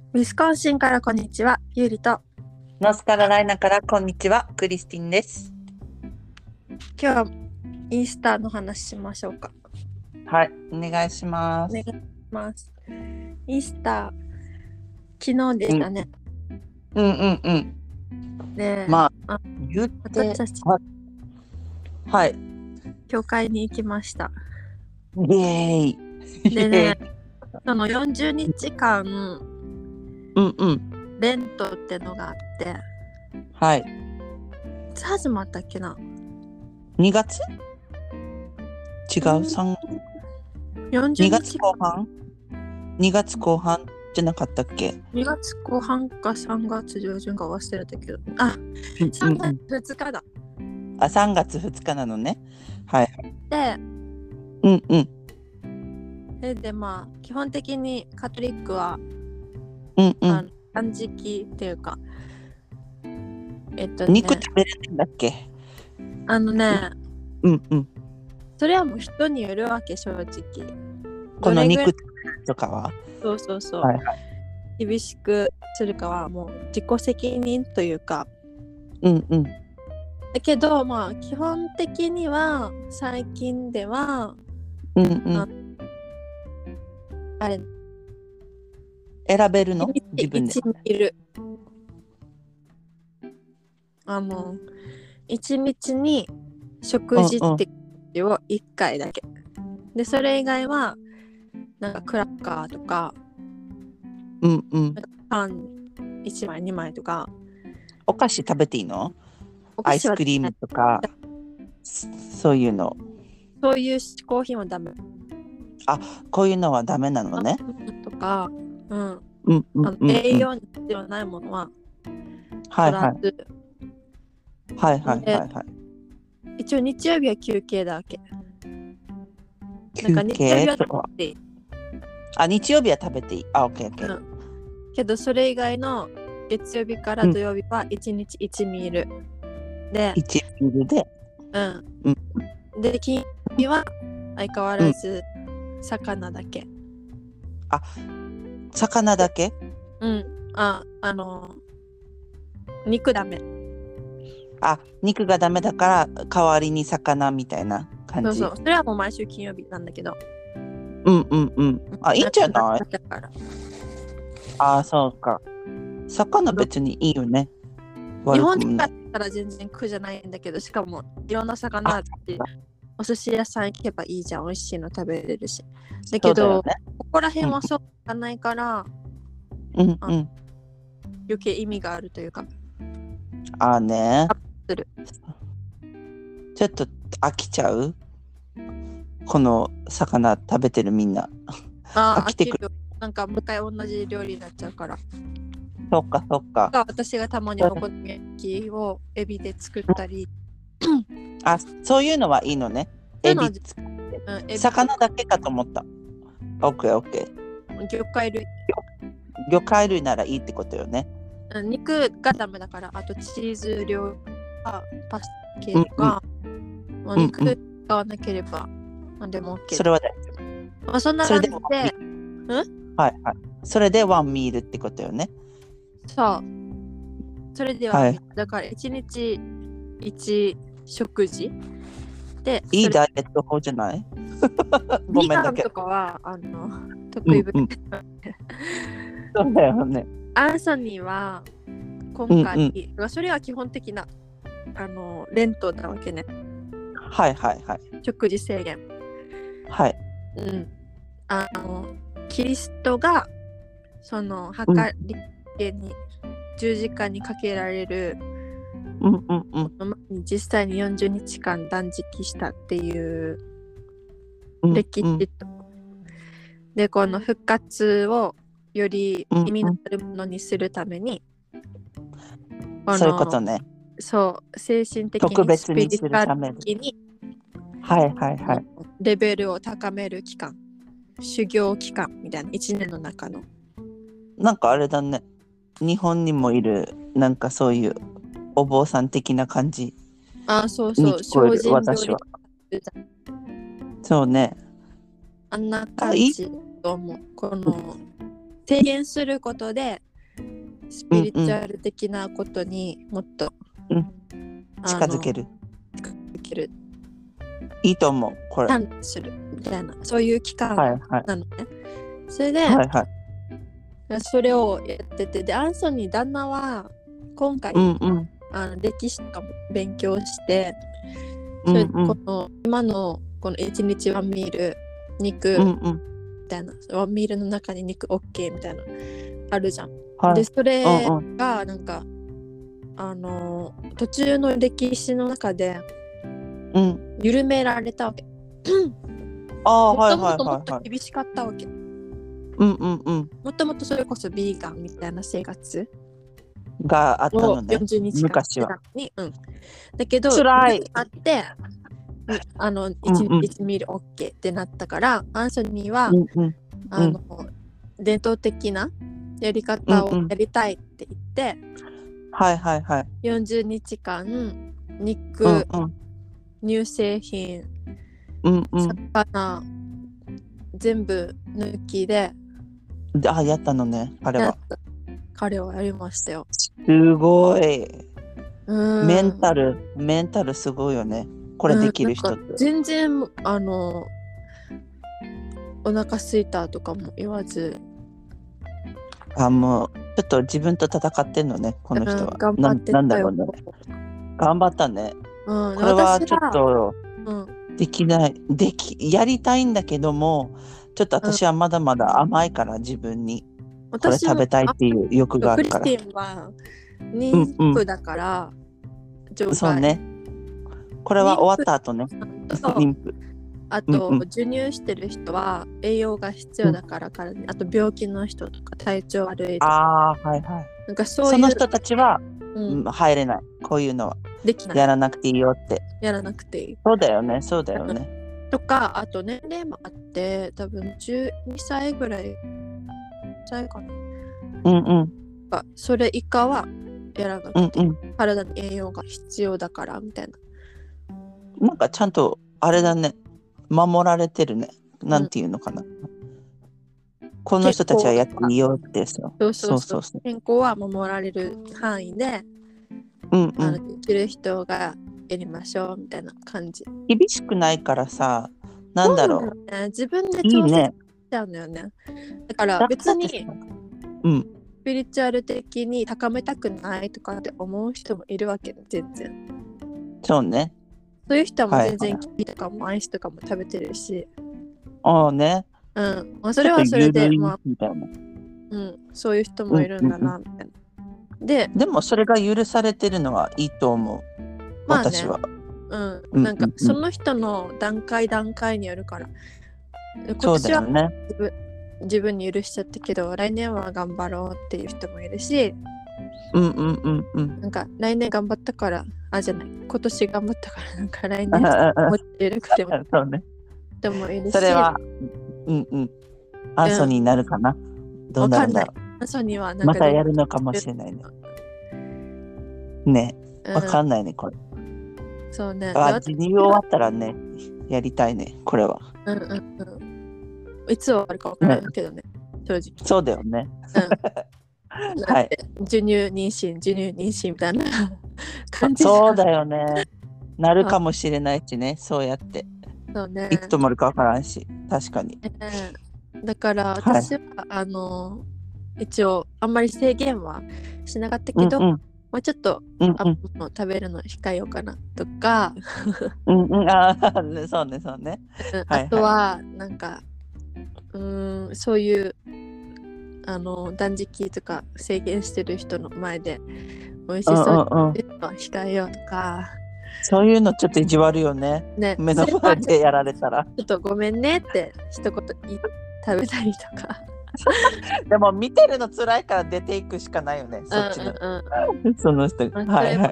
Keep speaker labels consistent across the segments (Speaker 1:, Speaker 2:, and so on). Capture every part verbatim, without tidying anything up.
Speaker 1: ウィスコンシンからこんにちは、ゆうりと。
Speaker 2: ノースカロライナからこんにちは、クリスティンです。
Speaker 1: 今日はイースターの話しましょうか。
Speaker 2: はい、お願いしま
Speaker 1: お願い
Speaker 2: す。
Speaker 1: します。イースター、昨日でしたね。
Speaker 2: うんうんうん。
Speaker 1: ねえ、
Speaker 2: ま
Speaker 1: あ、
Speaker 2: あ、言って、
Speaker 1: 私たち、
Speaker 2: ははい、
Speaker 1: 教会に行きました。
Speaker 2: イエーイ。
Speaker 1: でね、
Speaker 2: イエーイ。
Speaker 1: そのよんじゅうにちかん、
Speaker 2: うんうん。
Speaker 1: レントってのがあって、
Speaker 2: はい。
Speaker 1: いつ始まったっけな。
Speaker 2: にがつ違う、
Speaker 1: うん
Speaker 2: さん、
Speaker 1: 40
Speaker 2: 2月
Speaker 1: 日
Speaker 2: 後半 ?に 月後半じゃなかったっけ？
Speaker 1: にがつこう半かさんがつ上旬か忘れたけど、あ、
Speaker 2: うん
Speaker 1: 3
Speaker 2: うん
Speaker 1: 月ふつかだ。
Speaker 2: あ、さんがつふつかなのね。はい。
Speaker 1: で、
Speaker 2: うんうん。
Speaker 1: ででまあ基本的にカトリックは、
Speaker 2: うんう
Speaker 1: あの
Speaker 2: ん。
Speaker 1: 断食っていうか、えっとね、
Speaker 2: 肉食べれるんだっけ？
Speaker 1: あのね、
Speaker 2: うんうん。
Speaker 1: それはもう人によるわけ、正直。
Speaker 2: この
Speaker 1: どれぐらい、
Speaker 2: 肉とかは
Speaker 1: そうそうそう、
Speaker 2: はいはい。
Speaker 1: 厳しくするかはもう自己責任というか、
Speaker 2: うんうん。
Speaker 1: だけどまあ基本的には最近では、
Speaker 2: うんうん。
Speaker 1: あれ、
Speaker 2: 選べるの？自分で。
Speaker 1: いちミル、あのいちにちに食事ってをいっかいだけで、それ以外はなんかクラッカーとか、
Speaker 2: うんうん。
Speaker 1: パンいちまいにまいとか。
Speaker 2: お菓子食べていいの？アイ
Speaker 1: お菓子は
Speaker 2: スクリームとかそういうの。
Speaker 1: そういう嗜好品はダメ。
Speaker 2: あ、こういうのはダメなのね。
Speaker 1: とか、うん、
Speaker 2: うんうん
Speaker 1: あの
Speaker 2: うん、うん、
Speaker 1: 栄養に必要ないものは
Speaker 2: はいはい
Speaker 1: 取らず、
Speaker 2: はいはいはいはい。
Speaker 1: 一応日曜日は休憩だわけ。なん
Speaker 2: 休
Speaker 1: か日曜日は
Speaker 2: 憩とか。
Speaker 1: 食べていい、
Speaker 2: あ、日曜日は食べていい。あ、オッケーオッケー。
Speaker 1: うん、けどそれ以外の月曜日から土曜日はいちにちいちミールで、
Speaker 2: いちミリで、
Speaker 1: うん
Speaker 2: うん、
Speaker 1: で金曜日は相変わらず魚だけ。
Speaker 2: あ、魚だけ？
Speaker 1: うん、あ、あの肉ダメ。
Speaker 2: あ、肉がダメだから代わりに魚みたいな感じ。
Speaker 1: そうそう、それはもう毎週金曜日なんだけど。
Speaker 2: うんうんうん。あ、いいんじゃない？
Speaker 1: だから
Speaker 2: あ、そうか。魚別にいいよね。
Speaker 1: 日本
Speaker 2: 悪くもない。
Speaker 1: で買ったら全然苦じゃないんだけど、しかもいろんな魚あって、お寿司屋さん行けばいいじゃん、美味しいの食べれるし。だけど、
Speaker 2: ね、
Speaker 1: ここら辺はそうがないから、
Speaker 2: うんうん、
Speaker 1: 余計意味があるというか。
Speaker 2: あーね
Speaker 1: する。
Speaker 2: ちょっと飽きちゃう？この魚食べてるみんな。
Speaker 1: あ
Speaker 2: 飽きてくる。
Speaker 1: なんかもう一回同じ料理になっちゃうから。
Speaker 2: そっかそっか。
Speaker 1: 私がたまにお好み焼きをエビで作ったり。
Speaker 2: あ、そういうのはいいのね。エビ作って、うん、エビ魚だけかと思った。オッケーオッケ
Speaker 1: ー。魚介類。
Speaker 2: 魚介類ならいいってことよね。
Speaker 1: 肉がダメだから、あとチーズ料かパスタ系とか、うんうん、肉使わなければ何でも OK。
Speaker 2: それは大丈夫。
Speaker 1: まあ、そんな感じで、
Speaker 2: うんはいはい。それでワンミールってことよね。
Speaker 1: そう。それでは、はい、だからいちにちいち食事で、
Speaker 2: いいダイエット法じゃない？ごめんだけど。
Speaker 1: とかはあの得意分野、うんうん、
Speaker 2: そうだよね。
Speaker 1: アンソニーは今回、うんうん、それは基本的なあのレントなわけね。
Speaker 2: はいはいはい。
Speaker 1: 食事制限。
Speaker 2: はい。
Speaker 1: うん。あのキリストがその計り家に十字架にかけられる、
Speaker 2: うんうんうん、
Speaker 1: 実際によんじゅうにちかん断食したっていう歴史と、うんうん、でこの復活をより意味のあるものにするために、
Speaker 2: うんうん、そういうことね。
Speaker 1: そう精神的に
Speaker 2: 特別にするため
Speaker 1: にに
Speaker 2: はいはいはい。
Speaker 1: レベルを高める期間、修行期間みたいな、いちねんの中の。
Speaker 2: なんかあれだね。日本にもいるなんかそういうお坊さん的な感じ。
Speaker 1: あ、そうそう。精進
Speaker 2: 私は。そうね。
Speaker 1: あんな感じと思う。この制限することでスピリチュアル的なことにもっと、
Speaker 2: うんうん、近づける
Speaker 1: 近づける
Speaker 2: いいと思うこれ
Speaker 1: 探するみたいなそういう期間なのね、はいはい、それで、
Speaker 2: はいはい、
Speaker 1: それをやっててでアンソニー旦那は今回、
Speaker 2: うんうん、
Speaker 1: あの歴史とかも勉強してそれでこの、うんうん、今のこのいちにちワンミール肉、うんうん、みたいなワンミールの中に肉 OK みたいなあるじゃん、はい、でそれがなんか、うんうん、あの途中の歴史の中で、うん、緩められたわけ
Speaker 2: あ
Speaker 1: もともともっと厳しかったわけ、
Speaker 2: うんうんうん、
Speaker 1: もともとそれこそビーガンみたいな生活
Speaker 2: があったのね
Speaker 1: よんじゅうにちかん
Speaker 2: 昔は
Speaker 1: に、うん、だけど
Speaker 2: 辛い
Speaker 1: あってあのいちにちミール OK ってなったから、うんうん、アンソニーは、うんうん、あの伝統的なやり方をやりたいって言って、うんうん、
Speaker 2: はいはいはい
Speaker 1: よんじゅうにちかん肉、うんうん、乳製品、うんうん、魚全部抜きで
Speaker 2: あやったのね彼は
Speaker 1: 彼はやりましたよ
Speaker 2: すごいメンタルメンタルすごいよねこれできる人って、うん、
Speaker 1: 全然あのお腹すいたとかも言わず
Speaker 2: あもうちょっと自分と戦ってんのねこの人は、
Speaker 1: うん、頑張ってたよ
Speaker 2: な, なんだろうね頑張ったね、
Speaker 1: うん、
Speaker 2: これはちょっとできない、うん、できやりたいんだけどもちょっと私はまだまだ甘いから自分にこれ食べたいっていう欲があるから
Speaker 1: クリスティンは妊婦だから、
Speaker 2: うんうん、そうねこれは終わった後ね妊婦
Speaker 1: あと、うんうん、授乳してる人は栄養が必要だからからね、うん、あと病気の人とか体調悪いとか
Speaker 2: あーはいはい
Speaker 1: なんかそういう
Speaker 2: その人たちは、うん、入れないこういうのは
Speaker 1: できない
Speaker 2: やらなくていいよって
Speaker 1: やらなくていい
Speaker 2: そうだよねそうだよね
Speaker 1: とかあと年齢もあって多分じゅうにさいぐらい歳かな
Speaker 2: うんうん
Speaker 1: それ以下はやらなくて、うんうん、体に栄養が必要だからみたいな
Speaker 2: なんかちゃんとあれだね守られてるねなんていうのかな、うん、この人たちはやっていいよってさ
Speaker 1: そうそうそうそう健康は守られる範囲で、うんうん、あのできる人がやりましょうみたいな感じ
Speaker 2: 厳しくないからさなんだろう、
Speaker 1: そうだよね、自分で調整しちゃうんだよね。いいねだから別に
Speaker 2: うん、
Speaker 1: スピリチュアル的に高めたくないとかって思う人もいるわけで全然
Speaker 2: そうね
Speaker 1: そういう人も全然キビとかもアイスとかも食べてるし
Speaker 2: ああね
Speaker 1: うんまあそれはそれでまあうんそういう人もいるんだなみたいな、うん、で
Speaker 2: でもそれが許されてるのはいいと思う、まあね、私は
Speaker 1: うん、なんかその人の段階段階によるから、今年は
Speaker 2: そうだよね
Speaker 1: 自分、自分に許しちゃったけど来年は頑張ろうっていう人もいるし、
Speaker 2: うんうんうんうん、
Speaker 1: なんか来年頑張ったからあじゃない今年頑張ったからなんか来年もっと緩くても
Speaker 2: そうね
Speaker 1: 人もいるし
Speaker 2: それはうんうんアンソニーになるかな、うん、どうなるんだろう
Speaker 1: アンソニーはなんか
Speaker 2: またやるのかもしれないねねわかんないねこれ
Speaker 1: そうね。
Speaker 2: あ、授乳終わったらね、やりたいね、これは。
Speaker 1: うんうんうん。いつ終わるか分からないけどね、ね正直。
Speaker 2: そうだよね。
Speaker 1: うん、はい。授乳妊娠、授乳妊娠みたいな感じ。
Speaker 2: そうだよね。なるかもしれないしね、そうやって。
Speaker 1: そうね。
Speaker 2: いつ止まるか分からんし、確かに。
Speaker 1: えー、だから私は、はい、あの一応あんまり制限はしなかったけど、うんうんまあ、ちょっと、うんうん、アップルの食べるの控えようかなとか
Speaker 2: うんうんあそうねそうね、
Speaker 1: あとはなんかうーんそういうあの断食とか制限してる人の前で美味しそうに控えようとか、
Speaker 2: そういうのちょっと意地悪いよね。ね目の前でやられたら
Speaker 1: ちょっとごめんねって一言言い食べたりとか
Speaker 2: でも見てるの辛いから出ていくしかないよね、そっちの、うんうん、その人が、はいはい、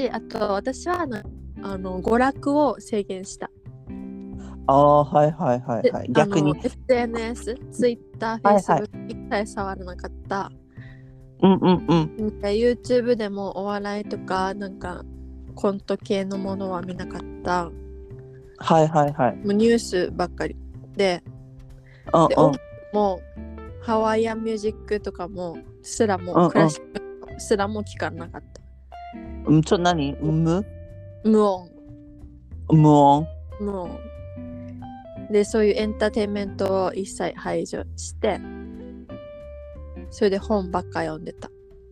Speaker 1: あと私はあの娯楽を制限した。
Speaker 2: ああはいはいはいはい逆に
Speaker 1: エスエヌエス、Twitter、Facebook 一切触らなかった。
Speaker 2: うんうんうん。
Speaker 1: なんか YouTube でもお笑いとかなんかコント系のものは見なかった。
Speaker 2: はいはいはい。
Speaker 1: もうニュースばっかりで、
Speaker 2: うんうん、
Speaker 1: で音楽もハワイアンミュージックとかもすらも、クラシックすらも聞かなかった。
Speaker 2: うん、ちょ、何無
Speaker 1: 無音。
Speaker 2: 無音。
Speaker 1: 無音。で、そういうエンターテインメントを一切排除して、それで本ばっか読んでた。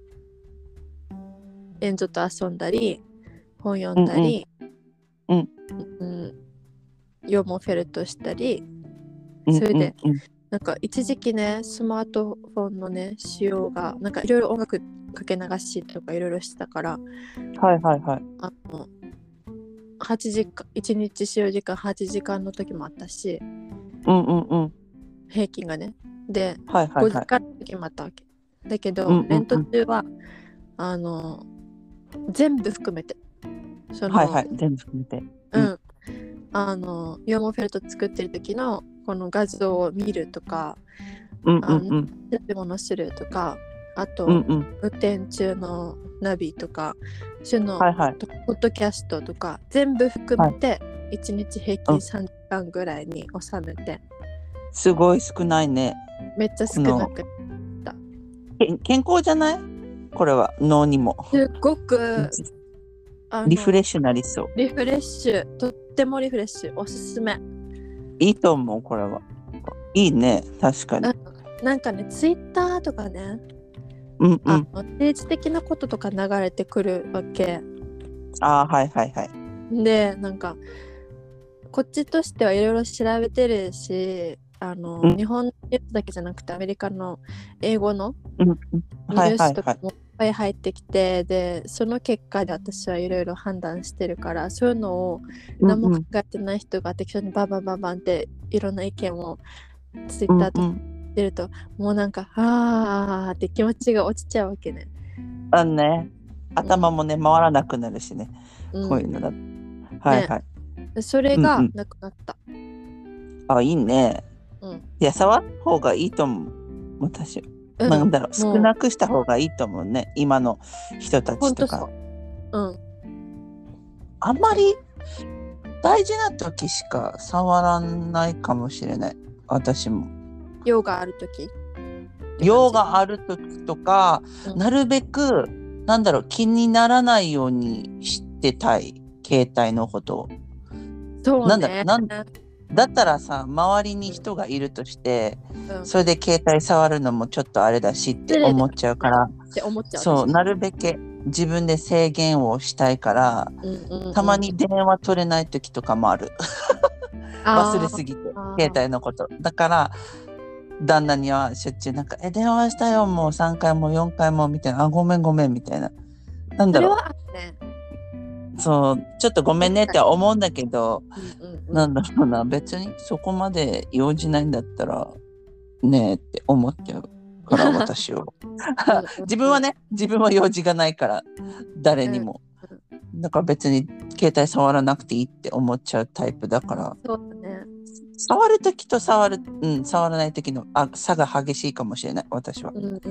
Speaker 1: エンゾと遊んだり、本読んだり、
Speaker 2: うん
Speaker 1: うん、ヨモフェルトしたり、それで、
Speaker 2: うんうん、
Speaker 1: なんか一時期ね、スマートフォンのね、使用が、なんかいろいろ音楽かけ流しとかいろいろしてたから、
Speaker 2: はいはいはい。
Speaker 1: あの、はちじかん、いちにち使用時間はちじかんの時もあったし、
Speaker 2: うんうんうん。
Speaker 1: 平均がね。で、
Speaker 2: はいはいはい、
Speaker 1: ごじかんの時もあったわけ。だけど、
Speaker 2: うんうんうん、
Speaker 1: レント中は、あの、全部含めて。その
Speaker 2: はいはい、全部含めて。
Speaker 1: うん。うん、あの、ヨモフェルト作ってる時のこの画像を見るとか、
Speaker 2: うんうんうん、
Speaker 1: 調べ物するとか、あと、
Speaker 2: うんうん、
Speaker 1: 運転中のナビとか、そういうの、
Speaker 2: はいはい、
Speaker 1: ポッドキャストとか、全部含めて、いちにち平均さんじかんぐらいに収めて、うん、
Speaker 2: すごい少ないね。
Speaker 1: めっちゃ少なくた。
Speaker 2: 健康じゃない？これは脳にも。
Speaker 1: すごく
Speaker 2: リフレッシュなりそう。
Speaker 1: リフレッシュ、とってもリフレッシュ、おすすめ。
Speaker 2: いいと思う、これは。いいね、確かに。
Speaker 1: なんかね、ツイッターとかね、
Speaker 2: うんうん、
Speaker 1: あの政治的なこととか流れてくるわけ。
Speaker 2: ああ、はいはいはい。
Speaker 1: で、なんかこっちとしてはいろいろ調べてるし、あの、うん、日本のニュースだけじゃなくてアメリカの英語のニュースとかもいっぱい入ってきて、でその結果で私はいろいろ判断してるから、そういうのを何も考えてない人が適当にバンバンバンバンっていろんな意見をツイッターとか出ると、うんうん、もうなんかあーって気持ちが落ちちゃうわけね。
Speaker 2: あのね、頭もね、うん、回らなくなるしね、うん、こういうのだと、はいはい、
Speaker 1: ね、それがなくなった、
Speaker 2: うんうん、あ、いいね、うん、いや、触る方がいいと思う、私、うん、なんだろう、少なくした方がいいと思うね、今の人たちとか。
Speaker 1: うん、
Speaker 2: あんまり大事な時しか触らないかもしれない、私も。
Speaker 1: 用がある時
Speaker 2: 用がある時とか、うん、なるべくなんだろう、気にならないようにしてたい、携帯のことを。
Speaker 1: そうね。
Speaker 2: なんだなんだったらさ、周りに人がいるとして、うん、それで携帯触るのもちょっとあれだしって思っちゃうから、
Speaker 1: って思っちゃう。
Speaker 2: そう、なるべく自分で制限をしたいから、うんうんうん、たまに電話取れない時とかもある。忘れすぎて、携帯のこと。だから旦那にはしょっちゅうなんかえ電話したよ、もうさんかいもよんかいもみたいな、あごめんごめんみたいな、なんだろう、それはね、そうちょっとごめんねって思うんだけど、うんうんうん、なんだろうな、別にそこまで用事ないんだったらねえって思っちゃうから私は自分はね、自分は用事がないから誰にも、うん、だから別に携帯触らなくていいって思っちゃうタイプだから。そうだね、触るときと触る、うん、触らないときのあ差が激しいかもしれない、私は、うんうんうん、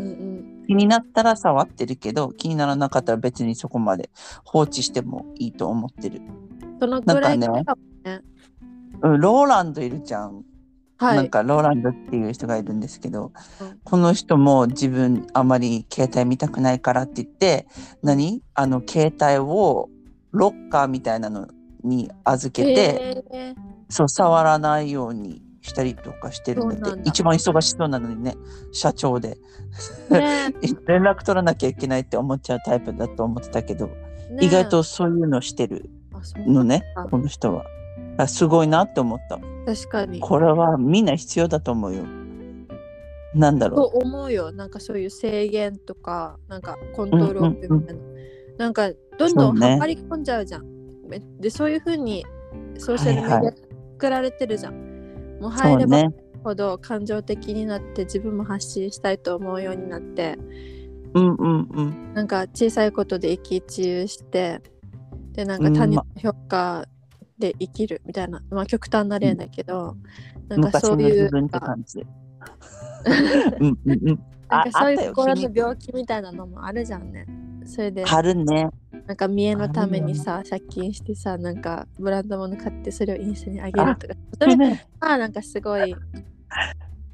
Speaker 2: 気になったら触ってるけど、気にならなかったら別にそこまで放置してもいいと思ってる。
Speaker 1: そのぐらい
Speaker 2: なんかね、うん、ローランドいるじゃん、はい、なんかローランドっていう人がいるんですけど、うん、この人も自分あまり携帯見たくないからって言って、何あの携帯をロッカーみたいなのに預けて、えー、そう触らないようにしたりとかしてるんだって。だ一番忙しそうなのにね、社長で、ね、連絡取らなきゃいけないって思っちゃうタイプだと思ってたけど、ね、意外とそういうのしてるのね、この人は。すごいなって思った。
Speaker 1: 確かに
Speaker 2: これはみんな必要だと思うよ。なんだろう、
Speaker 1: そう思うよ。なんかそういう制限とかなんかコントロールみたいな、うんうんうん、なんかどんどんはまり込んじゃうじゃん、ね、でそういう風にソーシャルメディア作られてるじゃん、はいはい、もう入れば入るほど感情的になって自分も発信したいと思うようになって、
Speaker 2: うんうんうん、
Speaker 1: なんか小さいことで一喜一憂してでなんか他人の評価で生きるみたいな、まあ極端な例だけど、うん、なんかそういう
Speaker 2: 昔の自分って感じ
Speaker 1: うんうんうん、なんかそういう心の病気みたいなのもあるじゃんね。それで
Speaker 2: あるね。
Speaker 1: なんか見栄のためにさ、借金してさ、なんかブランド物買ってそれをインスタにあげるとか、それ、ね、あなんかすごい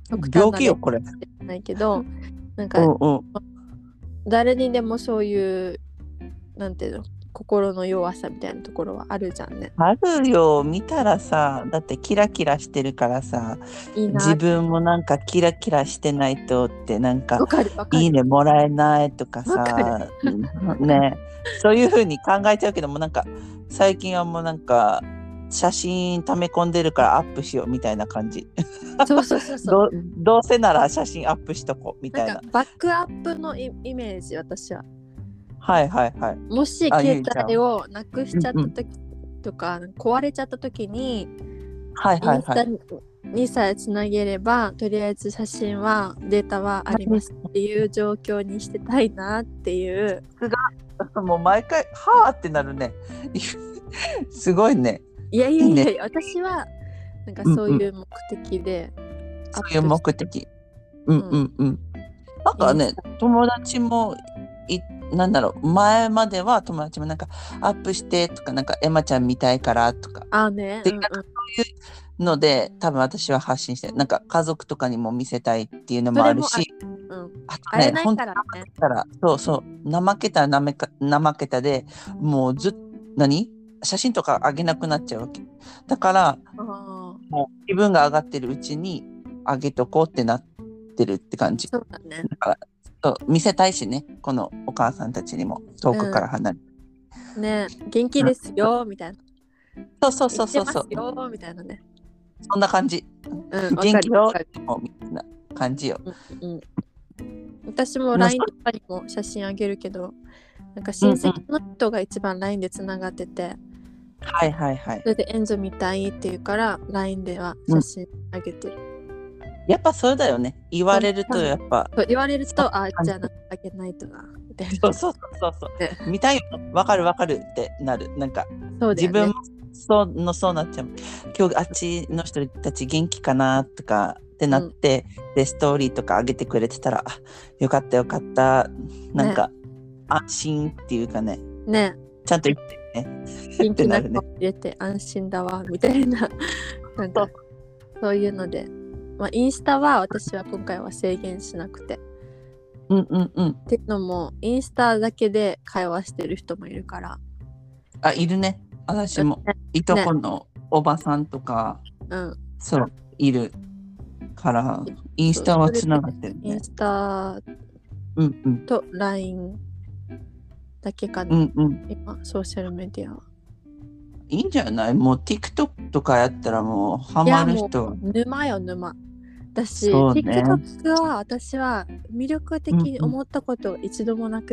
Speaker 2: 病気よこれ。
Speaker 1: ないけど、なんか、
Speaker 2: うんうん、
Speaker 1: 誰にでもそういうなんていうの、心の弱さみたいなところはあるじゃんね。
Speaker 2: あるよ、見たらさ、だってキラキラしてるからさ、
Speaker 1: いいな。
Speaker 2: 自分もなんかキラキラしてないとってなんか
Speaker 1: わかるわかる。
Speaker 2: いいねもらえないとか
Speaker 1: わか
Speaker 2: さ、ね、そういう風に考えちゃうけども、なんか最近はもうなんか写真溜め込んでるからアップしようみたいな感じ。
Speaker 1: そうそうそうそう。
Speaker 2: どどうせなら写真アップしとこうみたいな。
Speaker 1: なんかバックアップのイイメージ、私は。
Speaker 2: はいはいはい。
Speaker 1: もし
Speaker 2: あ、ゆ
Speaker 1: 携
Speaker 2: いちゃん。
Speaker 1: 帯をなくしちゃった
Speaker 2: うんうん。
Speaker 1: 時とか、壊れちゃった時に、
Speaker 2: はいはいはい。
Speaker 1: インスタにさえつなげれば、とりあえず写真はデータはありますっていう状況にしてたいなっていう。
Speaker 2: もう毎回はーってなるね。すごいね。
Speaker 1: いやいやいや、
Speaker 2: いいね、
Speaker 1: 私はなんかそういう目的でアップして、
Speaker 2: そういう目的。うんうんうん。なんかね、友達もいなんだろう、前までは友達もなんかアップしてとか、なんかエマちゃん見たいからとか、
Speaker 1: あね、
Speaker 2: で、
Speaker 1: うんうん、
Speaker 2: なんかそういうので多分私は発信して、なんか家族とかにも見せたいっていうのもあるし、
Speaker 1: うん、
Speaker 2: あと
Speaker 1: 会え
Speaker 2: ね、本当
Speaker 1: ないからね。
Speaker 2: にたら、そうそう、怠けたら怠け怠けたで、もうずっ何写真とか上げなくなっちゃうわけ。だから、もう気分が上がってるうちに上げとこうってなってるって感じ。
Speaker 1: そうだね。
Speaker 2: だからそう見せたいしね、このお母さんたちにも遠くから離れて、
Speaker 1: うん、ね、元気ですよ、みたいな。
Speaker 2: そうそうそうそうそう。
Speaker 1: よみたいなね。
Speaker 2: そんな感じ。
Speaker 1: うん、
Speaker 2: 元気よみたいな感じよ。
Speaker 1: うんうん、私も ライン とかにも写真あげるけど、なんか親戚の人が一番 ライン でつながってて、うんうん、
Speaker 2: はいはいはい。
Speaker 1: それでエンゾ見たいっていうから ライン では写真あげてる。
Speaker 2: うん、やっぱそうだよね。言われるとやっぱ。
Speaker 1: そう言われると、あ、じゃああげないとな。
Speaker 2: そうそうそうそう。ね、見たいよ。わかるわかるってなる。なんか、
Speaker 1: そうだよね、
Speaker 2: 自分もそうのそうなっちゃう。今日あっちの人たち元気かなとかってなって、うん、でストーリーとか上げてくれてたら、よかったよかった。なんか、ね、安心っていうかね。
Speaker 1: ね。
Speaker 2: ちゃんと言ってね。
Speaker 1: 元気な顔入れて安心だわみたいな。なんかそういうので、まあ、インスタは私は今回は制限しなくて。
Speaker 2: うんうんうん。
Speaker 1: っていうのもインスタだけで会話してる人もいるから。
Speaker 2: あ、いるね。私も、ね、いとこのおばさんとか、ね、うん、そういるからインスタはつながってるね。
Speaker 1: インスタと ライン だけかな、うんうん、今ソーシャルメディアは。
Speaker 2: いいんじゃない？もう TikTok とかやったらもうハマる人は。
Speaker 1: いやもう沼よ沼。だし、ね、TikTok は私は魅力的に思ったことが一度もなくって、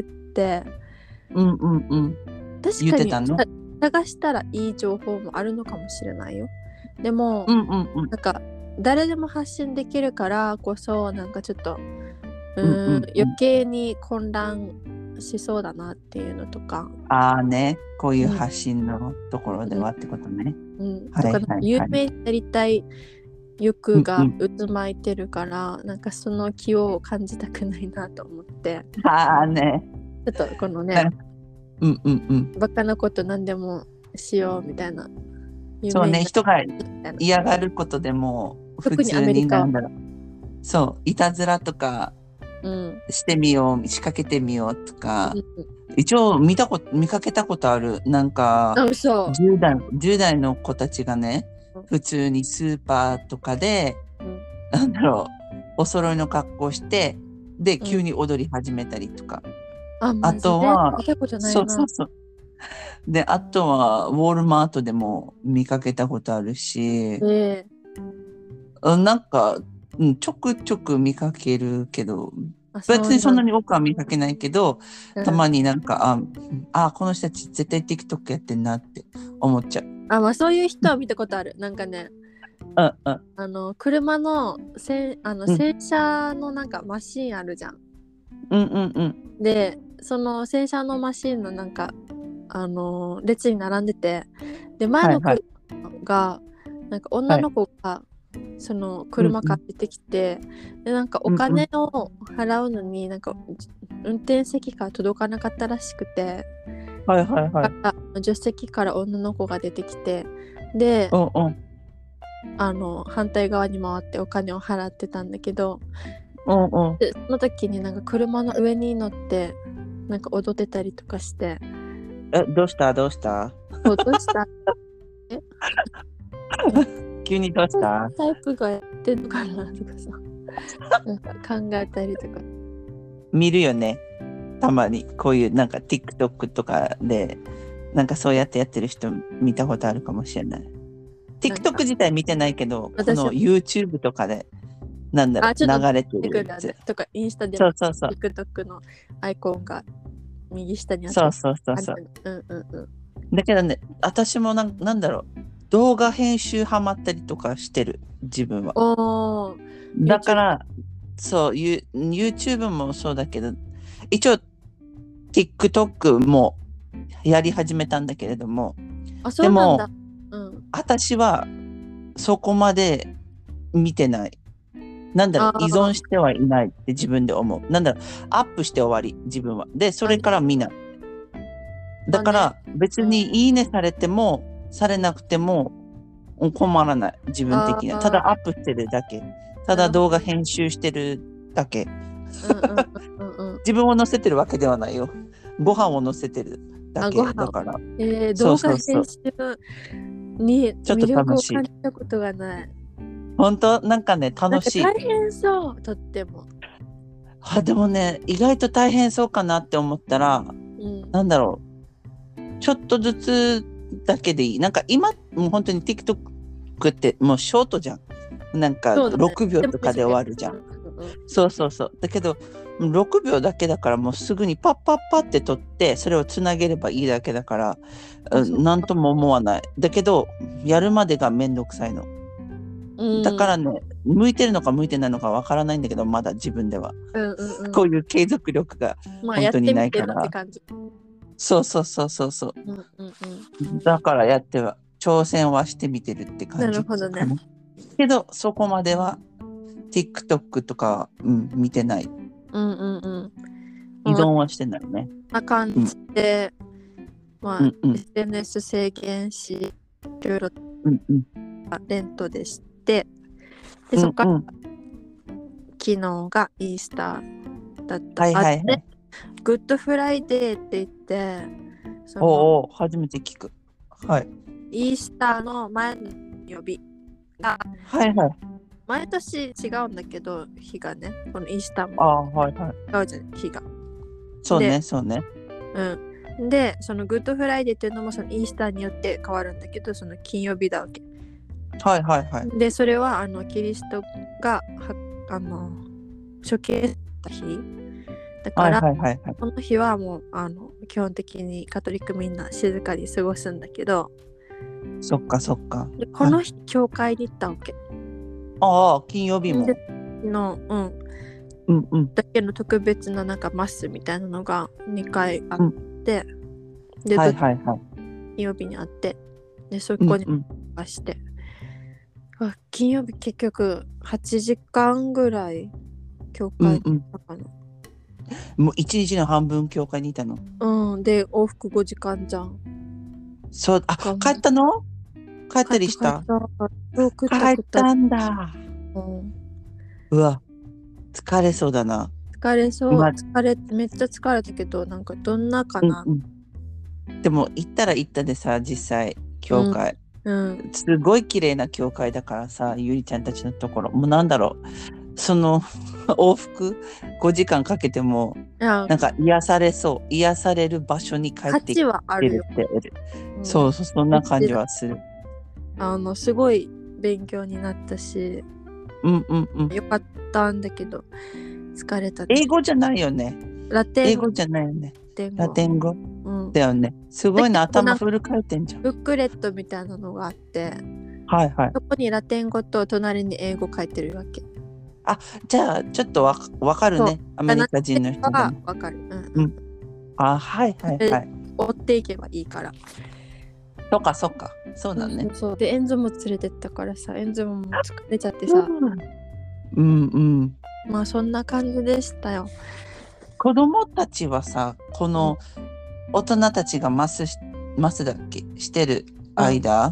Speaker 2: うんうんうん、
Speaker 1: 確かに探したらいい情報もあるのかもしれないよ。でも、うんうんうん、なんか誰でも発信できるからこそなんかちょっとうーん、うんうんうん、余計に混乱しそうだなっていうのとか。
Speaker 2: ああね、こういう発信のところではってことね。
Speaker 1: うん、うん、はいはいはい、とか有名になりたい欲が渦巻いてるから、うんうん、なんかその気を感じたくないなと思って。
Speaker 2: ああね。
Speaker 1: ちょっとこのね、
Speaker 2: うんうんうん、
Speaker 1: バカなこと何でもしようみたいな。
Speaker 2: そうね、人が嫌がることでも普通になんだろう。そう、いたずらとかしてみよう、うん、仕掛けてみようとか、うん、一応見たこと見かけたことある。なんかじゅう代、じゅう代の子たちがね、普通にスーパーとかで、うん、なんだろう、お揃いの格好してで急に踊り始めたりとか、うん、あ, あとはそうそうそうであとはウォールマートでも見かけたことあるし、えー、なんか、うん、ちょくちょく見かけるけど別にそんなに多くは見かけないけど、うん、たまになんかああこの人たち絶対 TikTok やってんなって思っちゃう。
Speaker 1: あ、まあそういう人は見たことある。なんかね、
Speaker 2: うんうん、
Speaker 1: あの車のせあの洗車のなんかマシーンあるじゃん。
Speaker 2: うんうんうん。
Speaker 1: で、その洗車のマシーンのなんかあの列に並んでて、で前の車が、はい、なんか女の子が、はい、その車から出てきて、うんうん、でなんかお金を払うのになんか運転席から届かなかったらしくて。
Speaker 2: はいはいはい、
Speaker 1: 助手席から女の子が出てきてで、うんうん、 あの反対側に回ってお金を払ってたんだけど、
Speaker 2: うんうん、
Speaker 1: でその時になんか車の上に乗ってなんか踊ってたりとかして、
Speaker 2: え、どうしたどうした
Speaker 1: そうどうしたえ
Speaker 2: 急にどうした
Speaker 1: タイプがやってんのかなとかさなんか考えたりとか
Speaker 2: 見るよね、たまにこういうなんか TikTok とかでなんかそうやってやってる人見たことあるかもしれない。 TikTok 自体見てないけど、この YouTube とかでなんだろう流れてるやつ
Speaker 1: とかインスタで
Speaker 2: そうそうそう
Speaker 1: TikTok のアイコンが右下にあって、
Speaker 2: そうそうそうそう、
Speaker 1: うんうんうん、
Speaker 2: だけどね、私もなんなんだろう動画編集ハマったりとかしてる自分は。
Speaker 1: お
Speaker 2: だからそう、ユ YouTube もそうだけど、一応 TikTok もやり始めたんだけれども、
Speaker 1: あ、そうなんだ、うん、
Speaker 2: 私はそこまで見てない。なんだろう依存してはいないって自分で思う。なんだろうアップして終わり自分は。でそれから見ない。だから別にいいねされてもされなくても困らない自分的には。ただアップしてるだけ。ただ動画編集してるだけ。自分を載せてるわけではないよ。ご飯を載せてるだけだから。
Speaker 1: えー、動画編集に魅力を感じたことがない。
Speaker 2: 本当なんかね楽しい。
Speaker 1: 大変そうとっても。
Speaker 2: あでもね意外と大変そうかなって思ったら、うん、なんだろうちょっとずつだけでいい。なんか今もう本当に TikTok ってもうショートじゃん。なんかろくびょうとかで終わるじゃん。そうそうそう。だけどろくびょうだけだからもうすぐにパッパッパって撮ってそれをつなげればいいだけだから何とも思わない。だけどやるまでがめんどくさいの。だからね向いてるのか向いてないのかわからないんだけどまだ自分では、うんうんうん、こういう継続力が本当にないから、まあ、やってみてるって感じ。そうそうそうそうそう、うんうんうん、だからやっては挑戦はしてみてるって感じ。なるほどね。けどそこまでは TikTok とか、うん、見てない、うんうんうん、依存はしてないね。
Speaker 1: な感じで、うん、まあ、うんうん、エスエヌエス 制限しいろいろレントでして、でそこから、うんうん、昨日がイースターだった。はいはいはい、でグッドフライデーって言って
Speaker 2: そのおお初めて聞く。はい。
Speaker 1: イースターの前の曜日が、
Speaker 2: はいはい、
Speaker 1: 毎年違うんだけど日がね、このイースターも
Speaker 2: あ、はいはい、
Speaker 1: 違うじゃん日が。
Speaker 2: そうねそうね。
Speaker 1: うん。でそのグッドフライデーっていうのもそのイースターによって変わるんだけど、その金曜日だわけ。
Speaker 2: はいはいはい。
Speaker 1: でそれはあのキリストがあの処刑した日だから、はいはいはいはい、この日はもうあの基本的にカトリックみんな静かに過ごすんだけど、
Speaker 2: そっかそっか。
Speaker 1: でこの日、はい、教会に行ったわけ。
Speaker 2: ああ金曜日も
Speaker 1: の、うん、
Speaker 2: うんうん、
Speaker 1: だけの特別ななんかマスみたいなのがにかいあって、うん、で、はいはいはい、金曜日にあって、でそこに出して、うんうん、金曜日結局はちじかんぐらい教会にいたかな、うん
Speaker 2: うん、もう一日の半分教会にいたの。
Speaker 1: うん、で往復ごじかんじゃん。
Speaker 2: そう、あ、帰ったの？帰ったりした？帰った帰ったんだ、うん、うわ疲れそうだな。
Speaker 1: 疲れそう、ま、疲れめっちゃ疲れたけどなんかどんなかな、うん
Speaker 2: うん、でも行ったら行ったでさ実際教会、うんうん、すごい綺麗な教会だからさゆりちゃんたちのところもうなんだろうその往復ごじかんかけてもなんか癒されそう癒される場所に帰ってきてるって、うん、そうそうそんな感じはする。
Speaker 1: あのすごい勉強になったし、
Speaker 2: うんうんうん、
Speaker 1: よかったんだけど疲れた。
Speaker 2: 英語じゃないよね。
Speaker 1: ラテン
Speaker 2: 英語じゃないよね。ラテン語、うん、だよね。すごいな頭フル回転じゃん。
Speaker 1: ブックレットみたいなのがあって、
Speaker 2: はいはい。
Speaker 1: そこにラテン語と隣に英語書いてるわけ。
Speaker 2: あ、じゃあちょっとわわかるね。アメリカ人の人
Speaker 1: がわかる。うん、うん。
Speaker 2: あ、はいはいはい。
Speaker 1: 追っていけばいいから。
Speaker 2: そっかそっか。そうだね。
Speaker 1: そうそうでエンゾも連れてったからさ、エンゾも疲れちゃってさ。
Speaker 2: うんうん。
Speaker 1: まあそんな感じでしたよ。
Speaker 2: 子供たちはさ、この大人たちがマスしマスだっけしてる間、う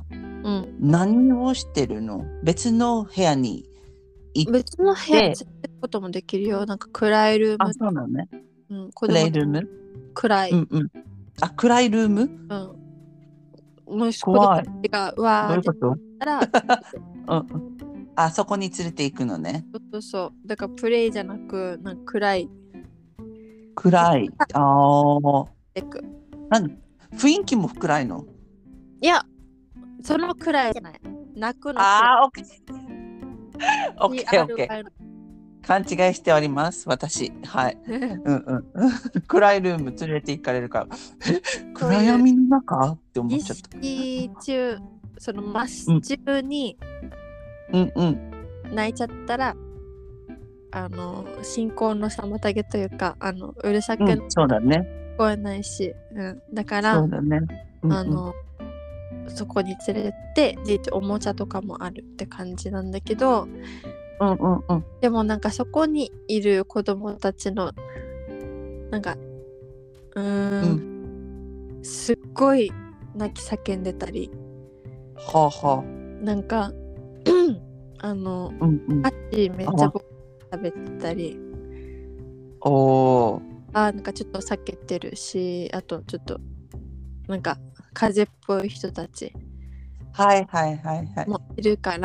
Speaker 1: うん、
Speaker 2: 何をしてるの？別の部屋に行って。
Speaker 1: 別の部屋に連れてくこともできるよ。なんか暗いルーム。
Speaker 2: あ、そうなのね。
Speaker 1: うん、子供
Speaker 2: 暗いルーム？
Speaker 1: 暗い。
Speaker 2: うんうん。あ、暗いルーム？
Speaker 1: うん。もし子供
Speaker 2: 怖い。
Speaker 1: たちが
Speaker 2: ど
Speaker 1: わーって
Speaker 2: ういうこと？
Speaker 1: たら、
Speaker 2: うんうん。あ、そこに連れて行くのね。
Speaker 1: そうそうそう。だからプレイじゃなく、なんか暗い。
Speaker 2: 暗い。ああ。
Speaker 1: テク。
Speaker 2: なん雰囲気も暗いの？
Speaker 1: いや、その暗いじゃない。泣くの暗い。
Speaker 2: ああ、オッケー。オッケーオッケー。
Speaker 1: ピーアールアイ
Speaker 2: 勘違いしております、私。はい。うんうん。暗いルーム連れて行かれるから、え、暗闇の中って思っ
Speaker 1: 儀
Speaker 2: ちゃった。
Speaker 1: 式中、そのマス中に
Speaker 2: うんうん
Speaker 1: 泣いちゃったら、あの進行の妨げというか、あのうるさく
Speaker 2: うん、そうだね。
Speaker 1: 聞こえないし、うん、だから
Speaker 2: そうだね。うんうん、
Speaker 1: あのそこに連れてでおもちゃとかもあるって感じなんだけど、
Speaker 2: うんうんうん。
Speaker 1: でもなんかそこにいる子供たちのなんかうーん、うん、すっごい泣き叫んでたり、
Speaker 2: はあは
Speaker 1: あ、なんかあの、
Speaker 2: うんうん、
Speaker 1: 箸めっちゃ僕食べてたり、
Speaker 2: おー、
Speaker 1: あなんかちょっと避けてるし、あとちょっとなんか風邪っぽい人たち
Speaker 2: はいはいはいはい。
Speaker 1: もいるから、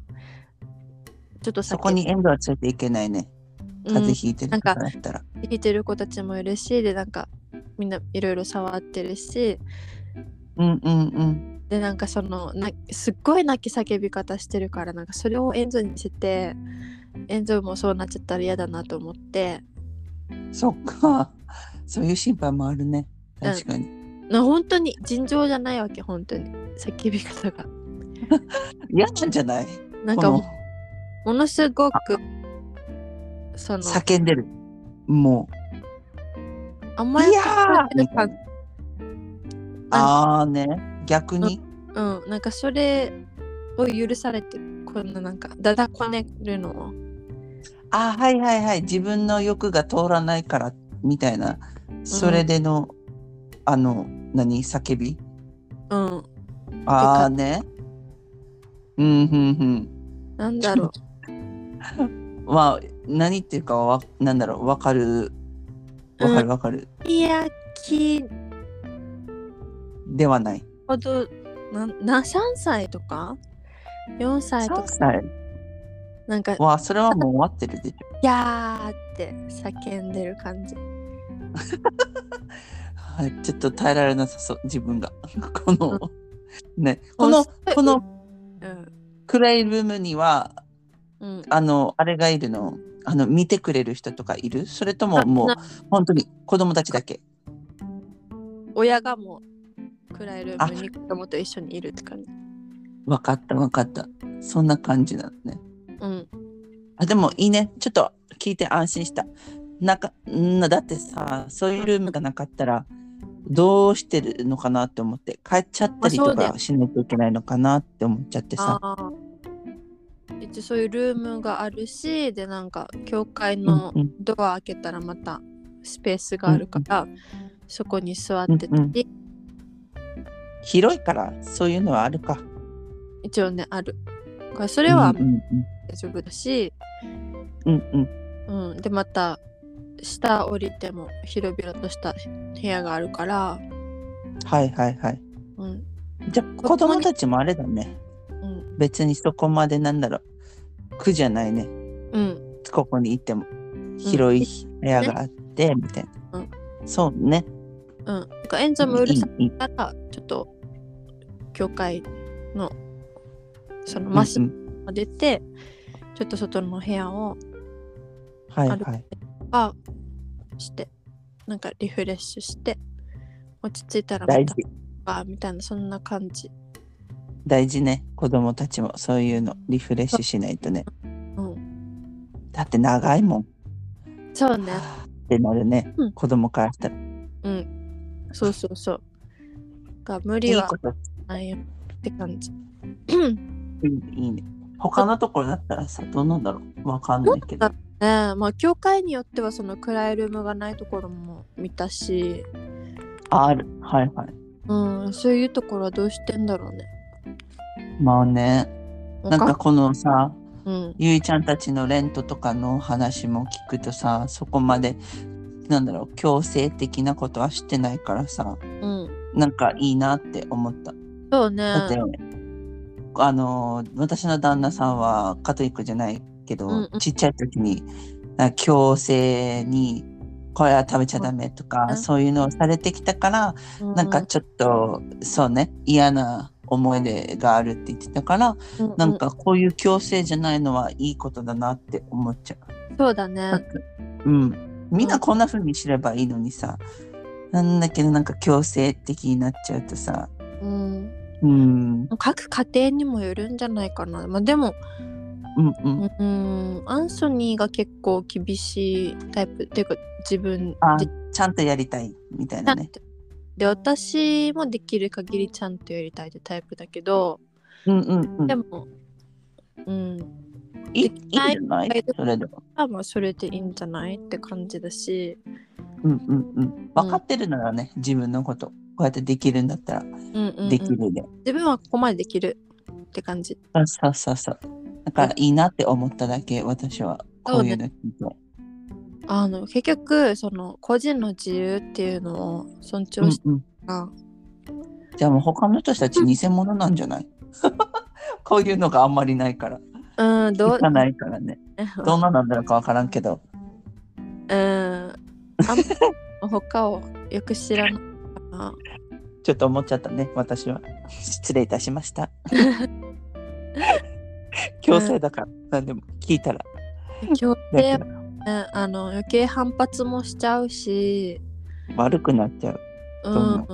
Speaker 1: ちょっと避けて、
Speaker 2: そこに遠藤は連れていけないね。風邪ひいてるとかだったら。
Speaker 1: うん、引いてる子たちもいるし、でなんかみんないろいろ触ってるし、
Speaker 2: うんうんうん。
Speaker 1: でなんかそのなすっごい泣き叫び方してるから、なんかそれをエンゾにしてエンゾもそうなっちゃったら嫌だなと思って。
Speaker 2: そっか、そういう心配もあるね。確かに。うん、
Speaker 1: な本当に尋常じゃないわけ、本当に叫び方が
Speaker 2: 嫌なんじゃない？
Speaker 1: なんか も, ものすごくその
Speaker 2: 叫んでる。もう
Speaker 1: 甘やか
Speaker 2: みたいな。ああね、逆に、
Speaker 1: うん、うん、なんかそれを許されてる、こんななんかだだこねるの。
Speaker 2: あーはいはいはい、自分の欲が通らないからみたいな、それでの、うん、あの何叫び、
Speaker 1: うん、
Speaker 2: ああね、うんうんうん
Speaker 1: なんだろ
Speaker 2: うまあ何っていうかわなんだろう、わかるわかるわかる、
Speaker 1: うん、いやき
Speaker 2: ではない
Speaker 1: ほどななさんさいとかよんさいとか、
Speaker 2: さんさい
Speaker 1: なんか
Speaker 2: わそれはもう終わってるでしょ。
Speaker 1: いやーって叫んでる感じ
Speaker 2: はい、ちょっと耐えられなさそう、自分がこの、うん、ね、このこの、うん、暗いルームには、うん、あのあれがいるの、あの見てくれる人とかいる？それとももう本当に子供たちだけ？
Speaker 1: 親がもう暗いルームに子供と一緒にいるって感じ。
Speaker 2: 分かった分かった、そんな感じなのね。
Speaker 1: うん。
Speaker 2: あでもいいね、ちょっと聞いて安心した。なんかんだってさ、そういうルームがなかったらどうしてるのかなって思って、帰っちゃったりとかしないといけないのかなって思っちゃってさ。
Speaker 1: あ一応そういうルームがあるし、でなんか教会のドア開けたらまたスペースがあるから、うんうん、そこに座ってたり、うんうん、
Speaker 2: 広いからそういうのはあるか。
Speaker 1: 一応ねある。それは大丈夫だし、
Speaker 2: うん
Speaker 1: うんうん、でまた下降りても広々とした部屋があるから。
Speaker 2: はいはいはい。うん、じゃあ子供たちもあれだね。うん、別にそこまでなんだろう、苦じゃないね。うん、ここに行っても広い部屋があって、うん、みたいな。うん、そうね。
Speaker 1: うん。なんかエンゾもうるさいからちょっと教会のそのマシンを出て、うんうん、ちょっと外の部屋を歩いてかして、なんかリフレッシュして落ち着いたらまたあみたいな、そんな感じ。
Speaker 2: 大事ね、子供たちもそういうのリフレッシュしないとね。うん、だって長いもん。
Speaker 1: そうね。
Speaker 2: ってなるね、うん、子供からしたら。う
Speaker 1: ん、そうそうそう。が無理はないよって感じ。
Speaker 2: いいね。他のところだったらさ、どうなんだろう、わかんないけど。
Speaker 1: ね、まあ教会によってはその暗いルームがないところも見たし。
Speaker 2: ある、はいはい。
Speaker 1: うん、そういうところはどうしてんだろうね。
Speaker 2: まあね、なんかこのさ、
Speaker 1: うん、
Speaker 2: ゆいちゃんたちのレントとかの話も聞くとさ、そこまでなんだろう、強制的なことはしてないからさ、
Speaker 1: うん、
Speaker 2: なんかいいなって思った。
Speaker 1: そうね。
Speaker 2: だって、あの私の旦那さんはカトリックじゃないけど、
Speaker 1: うんうん、
Speaker 2: ちっちゃい時に強制にこれは食べちゃダメとか、
Speaker 1: うん、
Speaker 2: そういうのをされてきたから、
Speaker 1: うん、
Speaker 2: なんかちょっとそうね、嫌な思い出があるって言ってたから、
Speaker 1: うん、
Speaker 2: なんかこういう強制じゃないのはいいことだなって思っちゃう。
Speaker 1: そうだね。
Speaker 2: うん、みんなこんな風にすればいいのにさ、なんだけどなんか強制的になっちゃうとさ、
Speaker 1: うん、
Speaker 2: うん、
Speaker 1: 各家庭にもよるんじゃないかな。まあでも、
Speaker 2: うんうん
Speaker 1: うん、アンソニーが結構厳しいタイプっていうか、自分
Speaker 2: あ
Speaker 1: で
Speaker 2: ちゃんとやりたいみたいなね。
Speaker 1: で、私もできる限りちゃんとやりたいってタイプだけど、
Speaker 2: うんうんうん。
Speaker 1: でも、うん、
Speaker 2: いいい
Speaker 1: できない
Speaker 2: いんじゃないそれでも。
Speaker 1: まあそれでいいんじゃないって感じだし、
Speaker 2: うんうんうん。分かってるならね、自分のこと。こうやってできるんだったら、
Speaker 1: うんうんうん、
Speaker 2: できるで。
Speaker 1: 自分はここまでできるって感じ。
Speaker 2: そうそうそうそう。だからいいなって思っただけ、私は。こういうの聞いて。
Speaker 1: あの結局その個人の自由っていうのを尊重して、
Speaker 2: うんうん、じゃあもう他の人たち偽物なんじゃないこういうのがあんまりないから。
Speaker 1: うん、どう
Speaker 2: 聞かないからね。どんななんだろうかわからんけど。
Speaker 1: うん、あんま他をよく知らないかな。
Speaker 2: ちょっと思っちゃったね、私は。失礼いたしました。強制だから、うん、何でも聞いたら。
Speaker 1: 強制は、ね、あの余計反発もしちゃうし、
Speaker 2: 悪くなっちゃう。
Speaker 1: うん、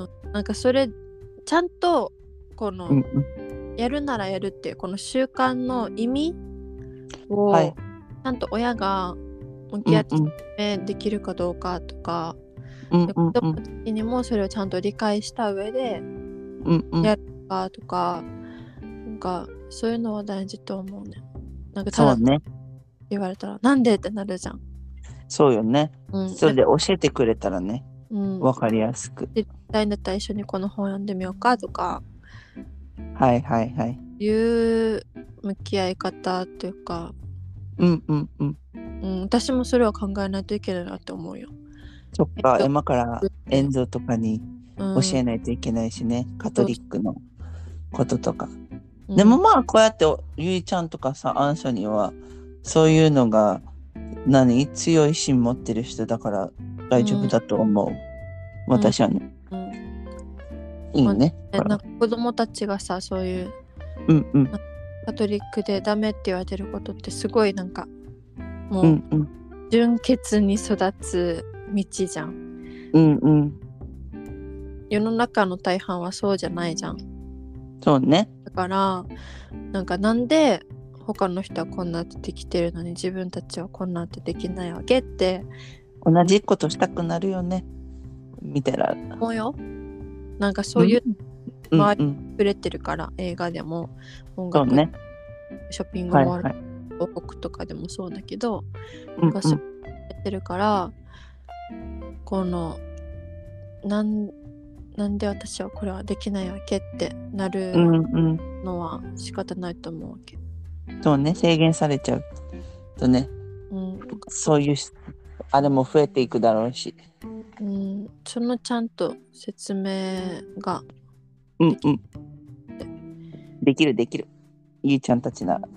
Speaker 1: なんかそれちゃんとこの、うんうん、やるならやるっていうこの習慣の意味を、はい、ちゃんと親が向き合ってできるかどうかとか、うんうん、子供たちにもそれをちゃんと理解した上でやるかとか、うんうん、なんかそういうのは大事と思うね。なんかただ言われたら、ね、なんでってなるじゃん。
Speaker 2: そうよね、うん、それで教えてくれたらね、うん、分かりやすく。
Speaker 1: 絶対だったら一緒にこの本読んでみようかとか、
Speaker 2: はいはいはい。
Speaker 1: いう向き合い方というか、
Speaker 2: うんうんうん。
Speaker 1: うん、私もそれは考えないといけないなって思うよ。
Speaker 2: そっか、今からエンゾとかに教えないといけないしね、うん、カトリックのこととか。うん、でもまあこうやってゆいちゃんとかさ、アンソニーはそういうのが何強い心持ってる人だから大丈夫だと思う。うん、私はね。うん、いいね。
Speaker 1: まあ、なんか子供たちがさ、そういう、
Speaker 2: うんうん、
Speaker 1: カトリックでダメって言われてることってすごいなんかもう、うんうん、純潔に育つ道じゃん。
Speaker 2: うんうん。
Speaker 1: 世の中の大半はそうじゃないじゃん。
Speaker 2: そうね。
Speaker 1: だからなんかなんで他の人はこんなってできてるのに自分たちはこんなってできないわけって
Speaker 2: 同じことしたくなるよね。見たら。
Speaker 1: 思うよ。なんかそういう周りに触れてるから、うんうん、映画でも音楽、ね、ショッピングモール、はいはい、広告とかでもそうだけど、うんうん、なんかそうやってるからこのなんなんで私はこれはできないわけってなるのは仕方ないと思うわけ。
Speaker 2: うんうん、そうね、制限されちゃうとね、うん、そういうあれも増えていくだろうし、
Speaker 1: うん、そのちゃんと説明が
Speaker 2: できる、うんうん、できるできるゆいちゃんたちなら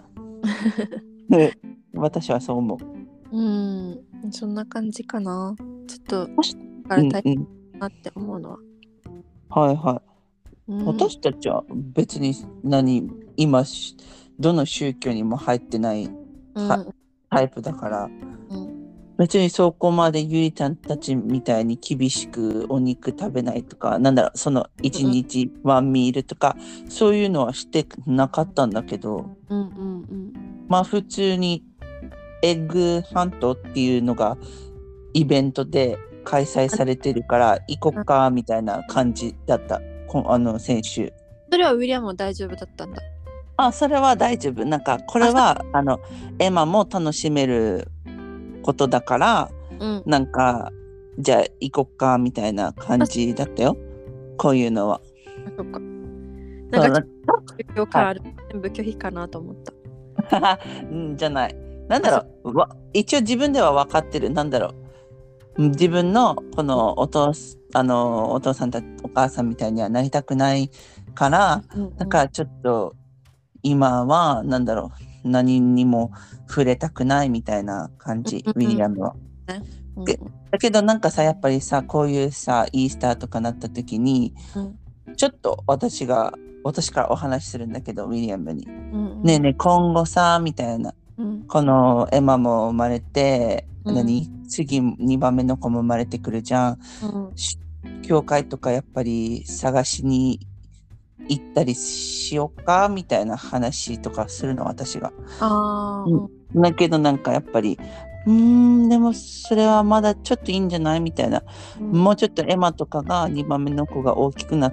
Speaker 2: 私はそう思
Speaker 1: う。うん、そんな感じかな。ちょっとから大変だなって思うのは、
Speaker 2: うんうん、はいはい、うん、私たちは別に何今どの宗教にも入ってない、うん、タイプだから、うん、別にそこまでゆりちゃんたちみたいに厳しくお肉食べないとか、なんだろう、その一日ワンミールとか、うん、そういうのはしてなかったんだけど、うんうんうん、まあ普通にエッグハントっていうのがイベントで開催されてるから行こっかみたいな感じだった、あの先週。
Speaker 1: それはウィリアムも大丈夫だったんだ。
Speaker 2: あ、それは大丈夫。なんかこれはあのエマも楽しめることだから、うん、なんかじゃあ行こっかみたいな感じだったよ。こういうのは。
Speaker 1: あ、そっか。なんか宗教感ある、はい、 全部拒否かなと思った。
Speaker 2: うんじゃない。なんだろう。わ一応自分では分かってる。なんだろう。自分のこのお父あのお父さんたお母さんみたいにはなりたくないから、
Speaker 1: うんうん、
Speaker 2: だからちょっと今はなんだろう。何にも触れたくないみたいな感じ、
Speaker 1: うんうん、
Speaker 2: ウィリアムは。
Speaker 1: うん、
Speaker 2: だけどなんかさやっぱりさこういうさイースターとかなった時に、うん、ちょっと私が私からお話しするんだけどウィリアムに、うんうん、ねえねえ今後さみたいな、うん、このエマも生まれて、うん、何次にばんめの子も生まれてくるじゃん、うん、教会とかやっぱり探しに行ったりしようかみたいな話とかするの私が。あ、うん、だけどなんかやっぱりうーんでもそれはまだちょっといいんじゃないみたいな、うん、もうちょっとエマとかがにばんめの子が大きくなって、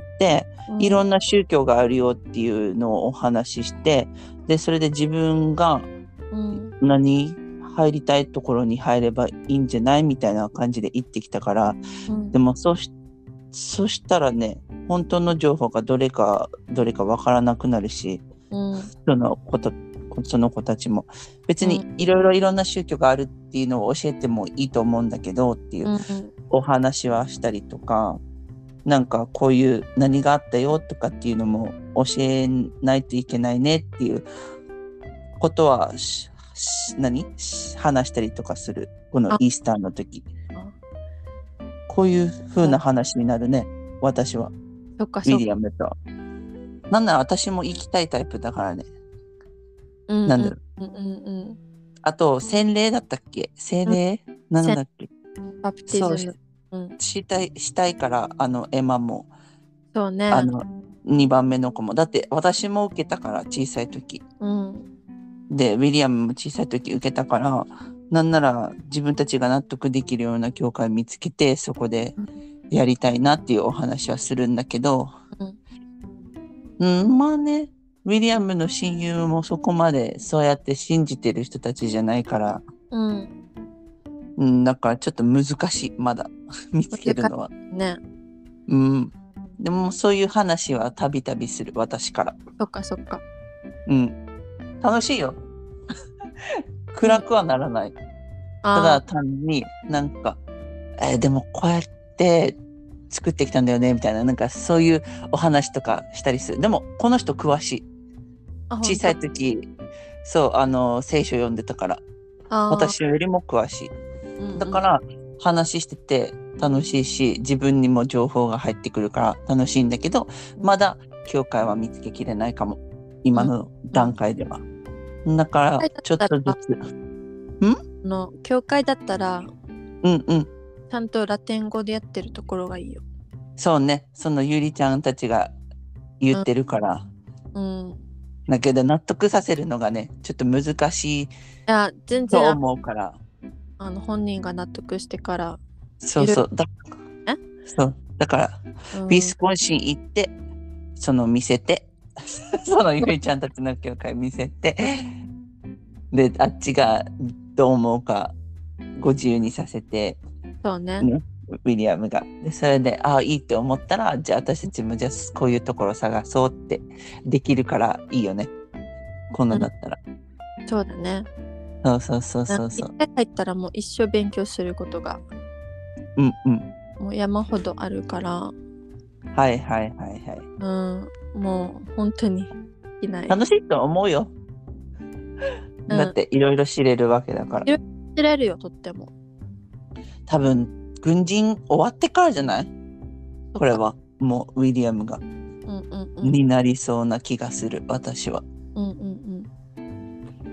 Speaker 2: うん、いろんな宗教があるよっていうのをお話しして、でそれで自分が何入りたいところに入ればいいんじゃないみたいな感じで言ってきたから、うん、でもそうしそしたらね本当の情報がどれかどれかわからなくなるし、うん、そのことその子たちも別にいろいろいろんな宗教があるっていうのを教えてもいいと思うんだけどっていうお話はしたりとか、なんかこういう何があったよとかっていうのも教えないといけないねっていうことは何話したりとかするこのイースターの時。こういう風な話になるね私は。
Speaker 1: そっか
Speaker 2: ウィリアムと。なんなら私も行きたいタイプだからね。うんうん、なんだろう、うんうんうん、あと洗礼だったっけ洗礼、うん、なんだっけ
Speaker 1: バプティズム、
Speaker 2: うん、したいしたいからあのエマも
Speaker 1: そうね
Speaker 2: あのにばんめの子もだって私も受けたから小さい時、うん、でウィリアムも小さい時受けたからなんなら自分たちが納得できるような教会見つけてそこでやりたいなっていうお話はするんだけど、うん、うん、まあねウィリアムの親友もそこまでそうやって信じてる人たちじゃないから、うんうん、だからちょっと難しいまだ見つけるのは、ね、うん、でもそういう話はたびたびする私から。
Speaker 1: そっかそっか、
Speaker 2: うん、楽しいよ暗くはならない、うん、ただ単になんか、えー、でもこうやって作ってきたんだよねみたいななんかそういうお話とかしたりする。でもこの人詳しい。小さい時そうあの聖書読んでたから私よりも詳しい、うんうん、だから話してて楽しいし自分にも情報が入ってくるから楽しいんだけど、うん、まだ教会は見つけきれないかも今の段階では、うん、だからちょっとずつ
Speaker 1: んの教会だったら
Speaker 2: うんうん
Speaker 1: ちゃんとラテン語でやってるところがいいよ。
Speaker 2: そうねそのゆりちゃんたちが言ってるから、うん、うんだけど納得させるのがねちょっと難しいと思うから
Speaker 1: あの本人が納得してから
Speaker 2: そうそうだえそうだから、うん、ビスコンシン行ってその見せてそのゆりちゃんたちの教会見せてであっちがどう思うかご自由にさせて
Speaker 1: そうね、
Speaker 2: ねウィリアムがでそれでああいいって思ったらじゃあ私たちもじゃあこういうところ探そうってできるからいいよねこんなだったら、
Speaker 1: うん、そうだね
Speaker 2: そうそうそうそうそう
Speaker 1: 一回入ったらもう一生勉強することが
Speaker 2: うんうん
Speaker 1: もう山ほどあるから
Speaker 2: はいはいはいはい
Speaker 1: うんもう本当にいない
Speaker 2: 楽しいと思うよ、うん、だっていろいろ知れるわけだから、
Speaker 1: いろいろ知れるよとっても
Speaker 2: 多分軍人終わってからじゃないこれはもうウィリアムが、うんうんうん、になりそうな気がする私は、うんうんうん、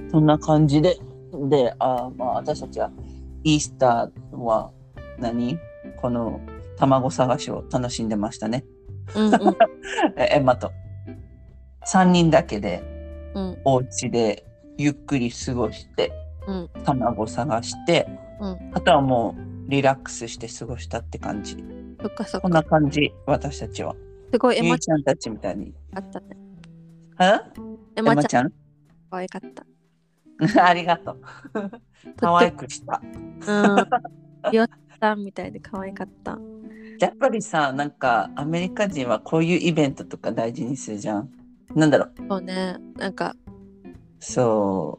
Speaker 2: そんな感じでであ、まあ、私たちはイースターは何この卵探しを楽しんでましたね、うんうん、エマとさんにんだけで、うん、お家でゆっくり過ごして、うん、卵探して、うん、あとはもうリラックスして過ごしたって感じ。
Speaker 1: そっかそっか。
Speaker 2: こんな感じ私たちは。
Speaker 1: すごいエマ
Speaker 2: ちゃんたちみたいに。
Speaker 1: あったね。
Speaker 2: は？エマちゃん？
Speaker 1: 可愛かった。
Speaker 2: ありがとう。可愛くした。
Speaker 1: うん。よったみたいで可愛かった。
Speaker 2: やっぱりさなんかアメリカ人はこういうイベントとか大事にするじゃん。 なんだろう。
Speaker 1: そうね。なんか、
Speaker 2: そう。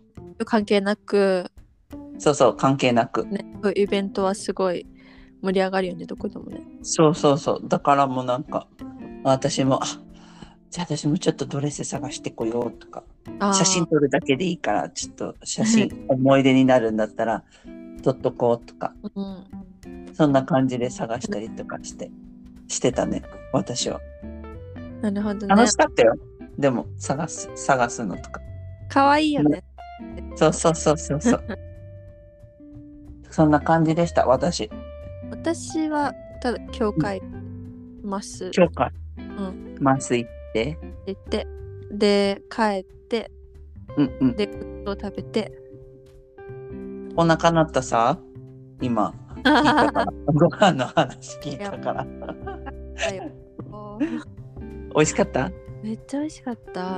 Speaker 1: 関係なく、
Speaker 2: そうそう、関係なく。
Speaker 1: ね、イベントはすごい盛り上がるよね、どこでもね。
Speaker 2: そうそうそう。だからもうなんか、私も、あ、じゃあ私もちょっとドレス探してこようとか、写真撮るだけでいいから、ちょっと写真、思い出になるんだったら、撮っとこうとか、うん、そんな感じで探したりとかして、してたね、私は。
Speaker 1: なるほどね。
Speaker 2: 楽しかったよ。でも、探す、探すのとか。
Speaker 1: かわいいよね。
Speaker 2: そうそうそうそうそう。そんな感じでした、私。
Speaker 1: 私は、ただ、教会、マス。
Speaker 2: 教会。
Speaker 1: うん。
Speaker 2: マス行って。
Speaker 1: 行って、で、帰って、
Speaker 2: うんうん。
Speaker 1: で、靴を食べて。
Speaker 2: お腹鳴ったさ、今、聞いたから。ご飯の話聞いたから。美味しかった？
Speaker 1: めっちゃ美味しかった。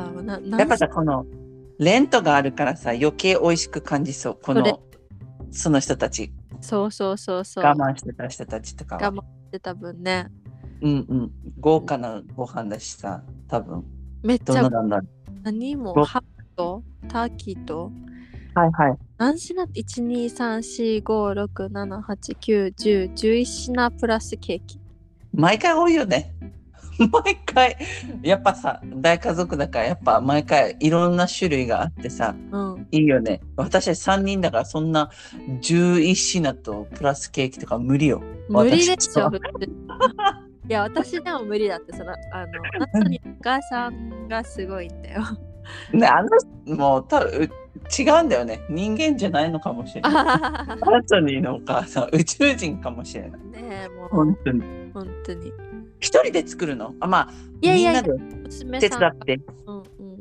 Speaker 1: な
Speaker 2: やっぱさ、このレントがあるからさ、余計美味しく感じそう。このその人たち。
Speaker 1: そうそうそうそう。
Speaker 2: 我慢してた人たちとかは。
Speaker 1: 我慢してた分ね。
Speaker 2: うんうん。豪華なご飯だしさ、多分。
Speaker 1: めっちゃ。
Speaker 2: どんななんだろう。
Speaker 1: 何もハムとターキーと。
Speaker 2: はいはい。
Speaker 1: 何品 ?いち、に、さん、よん、ご、ろく、なな、はち、きゅう、じゅう、じゅういち品プラスケーキ。
Speaker 2: 毎回多いよね。毎回やっぱさ、大家族だからやっぱ毎回いろんな種類があってさ、うん、いいよね。私さんにんだからそんなじゅういち品とプラスケーキとか無理よ。
Speaker 1: 無理でしょ。いや私でも無理だって。そのあの本当にお母さんがすごいんだよ。
Speaker 2: ね、あのもう多分違うんだよね。人間じゃないのかもしれない。アントニーのお母さん宇宙人かもしれない。ね
Speaker 1: え、もう
Speaker 2: 本当に
Speaker 1: 本当に。
Speaker 2: 一人で作るの？あ、まあいやいやいや、みんなで手伝って。うんうん。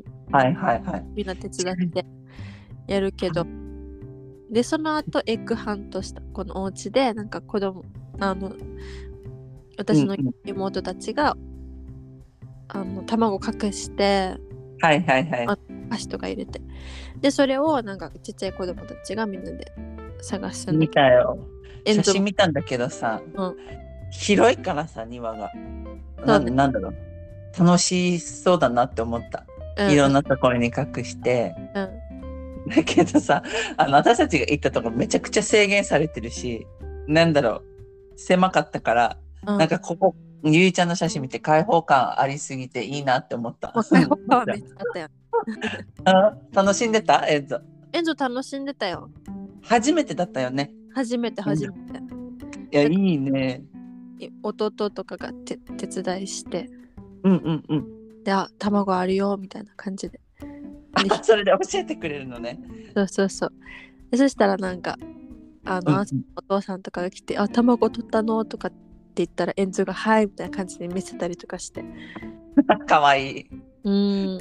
Speaker 2: はいはいはい。
Speaker 1: みんな手伝ってやるけど、でその後エッグハントしたこのお家でなんか子供あの私の妹たちが、うんうん、あの卵隠して、
Speaker 2: はいはいはい。
Speaker 1: お菓子とか入れて、でそれをなんかちっちゃい子供たちがみんなで探したんだけど。
Speaker 2: 見たよ。写真見たんだけどさ、うん、広いからさ庭が。な, なんだろう。楽しそうだなって思った。うん、いろんなところに隠して。うん、だけどさ、あの私たちが行ったところめちゃくちゃ制限されてるし、なんだろう。狭かったから、うん、なんかここ、ゆいちゃんの写真見て開放感ありすぎていいなって思った。
Speaker 1: 開放感はめっちゃあったよ。
Speaker 2: あ、楽しんでた？エンゾ。
Speaker 1: エンゾ楽しんでたよ。
Speaker 2: 初めてだったよね。
Speaker 1: 初めて初めて。
Speaker 2: いや、いいね。
Speaker 1: 弟とかがて手伝いして、
Speaker 2: うんうんうん。
Speaker 1: で、あ、卵あるよみたいな感じで。
Speaker 2: でそれで教えてくれるのね。
Speaker 1: そうそうそう。でそしたらなんか、あの、うんうん、お父さんとかが来て、あ、卵取ったのとかって言ったら、エンゾがはいみたいな感じで見せたりとかして。
Speaker 2: かわいい。
Speaker 1: うん。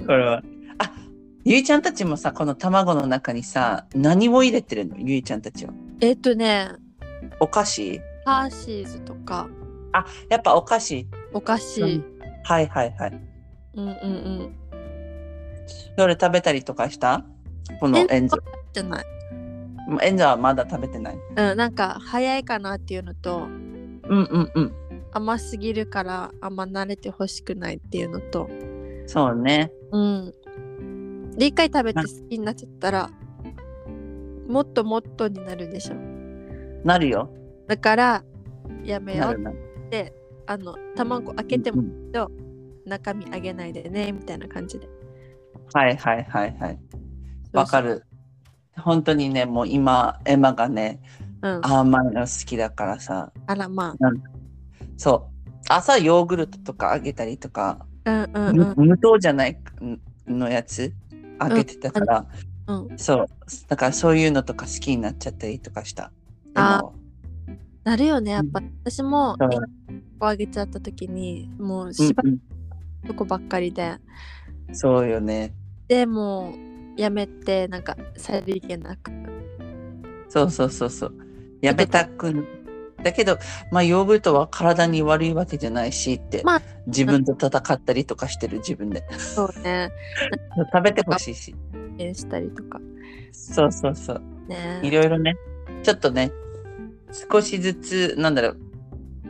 Speaker 2: これは。あ、ゆいちゃんたちもさ、この卵の中にさ、何を入れてるの？ゆいちゃんたちは。
Speaker 1: えっとね、
Speaker 2: お菓子？
Speaker 1: ハーシーズとか。
Speaker 2: あ、やっぱお菓子。
Speaker 1: お菓子。
Speaker 2: うん、はいはいはい。
Speaker 1: うんうんうん。
Speaker 2: 夜食べたりとかした？このエンゾ。
Speaker 1: じゃない。
Speaker 2: エンゾはまだ食べてない。
Speaker 1: うん、なんか早いかなっていうのと、
Speaker 2: うんうんうん。
Speaker 1: 甘すぎるからあんま慣れてほしくないっていうのと。
Speaker 2: そうね。
Speaker 1: うん。で一回食べて好きになっちゃったらもっともっとになるでしょ。な
Speaker 2: るよ。
Speaker 1: だからやめようって、あの卵開けても、うん、中身あげないでねみたいな感じで。
Speaker 2: はいはいはいはい。わかる。本当にね、もう今エマがね、うん、甘いの好きだからさ。
Speaker 1: あらまあ。
Speaker 2: そう朝ヨーグルトとかあげたりとか、
Speaker 1: うんうんうん、
Speaker 2: 無糖じゃないのやつあげてたから、うんうん、そうだからそういうのとか好きになっちゃったりとかした。
Speaker 1: あなるよねやっぱ、うん、私もいっこあげちゃった時にもうしばらくそこばっかりで、
Speaker 2: うんうん、そうよね。
Speaker 1: でもやめてなんかさりげなく
Speaker 2: そうそうそうそうやめたくだけどまあヨーグルトは体に悪いわけじゃないしって、まあ、自分と戦ったりとかしてる自分で
Speaker 1: そうね
Speaker 2: 食べてほしいし
Speaker 1: したりとか
Speaker 2: そうそうそう、ね、いろいろねちょっとね少しずつなんだろう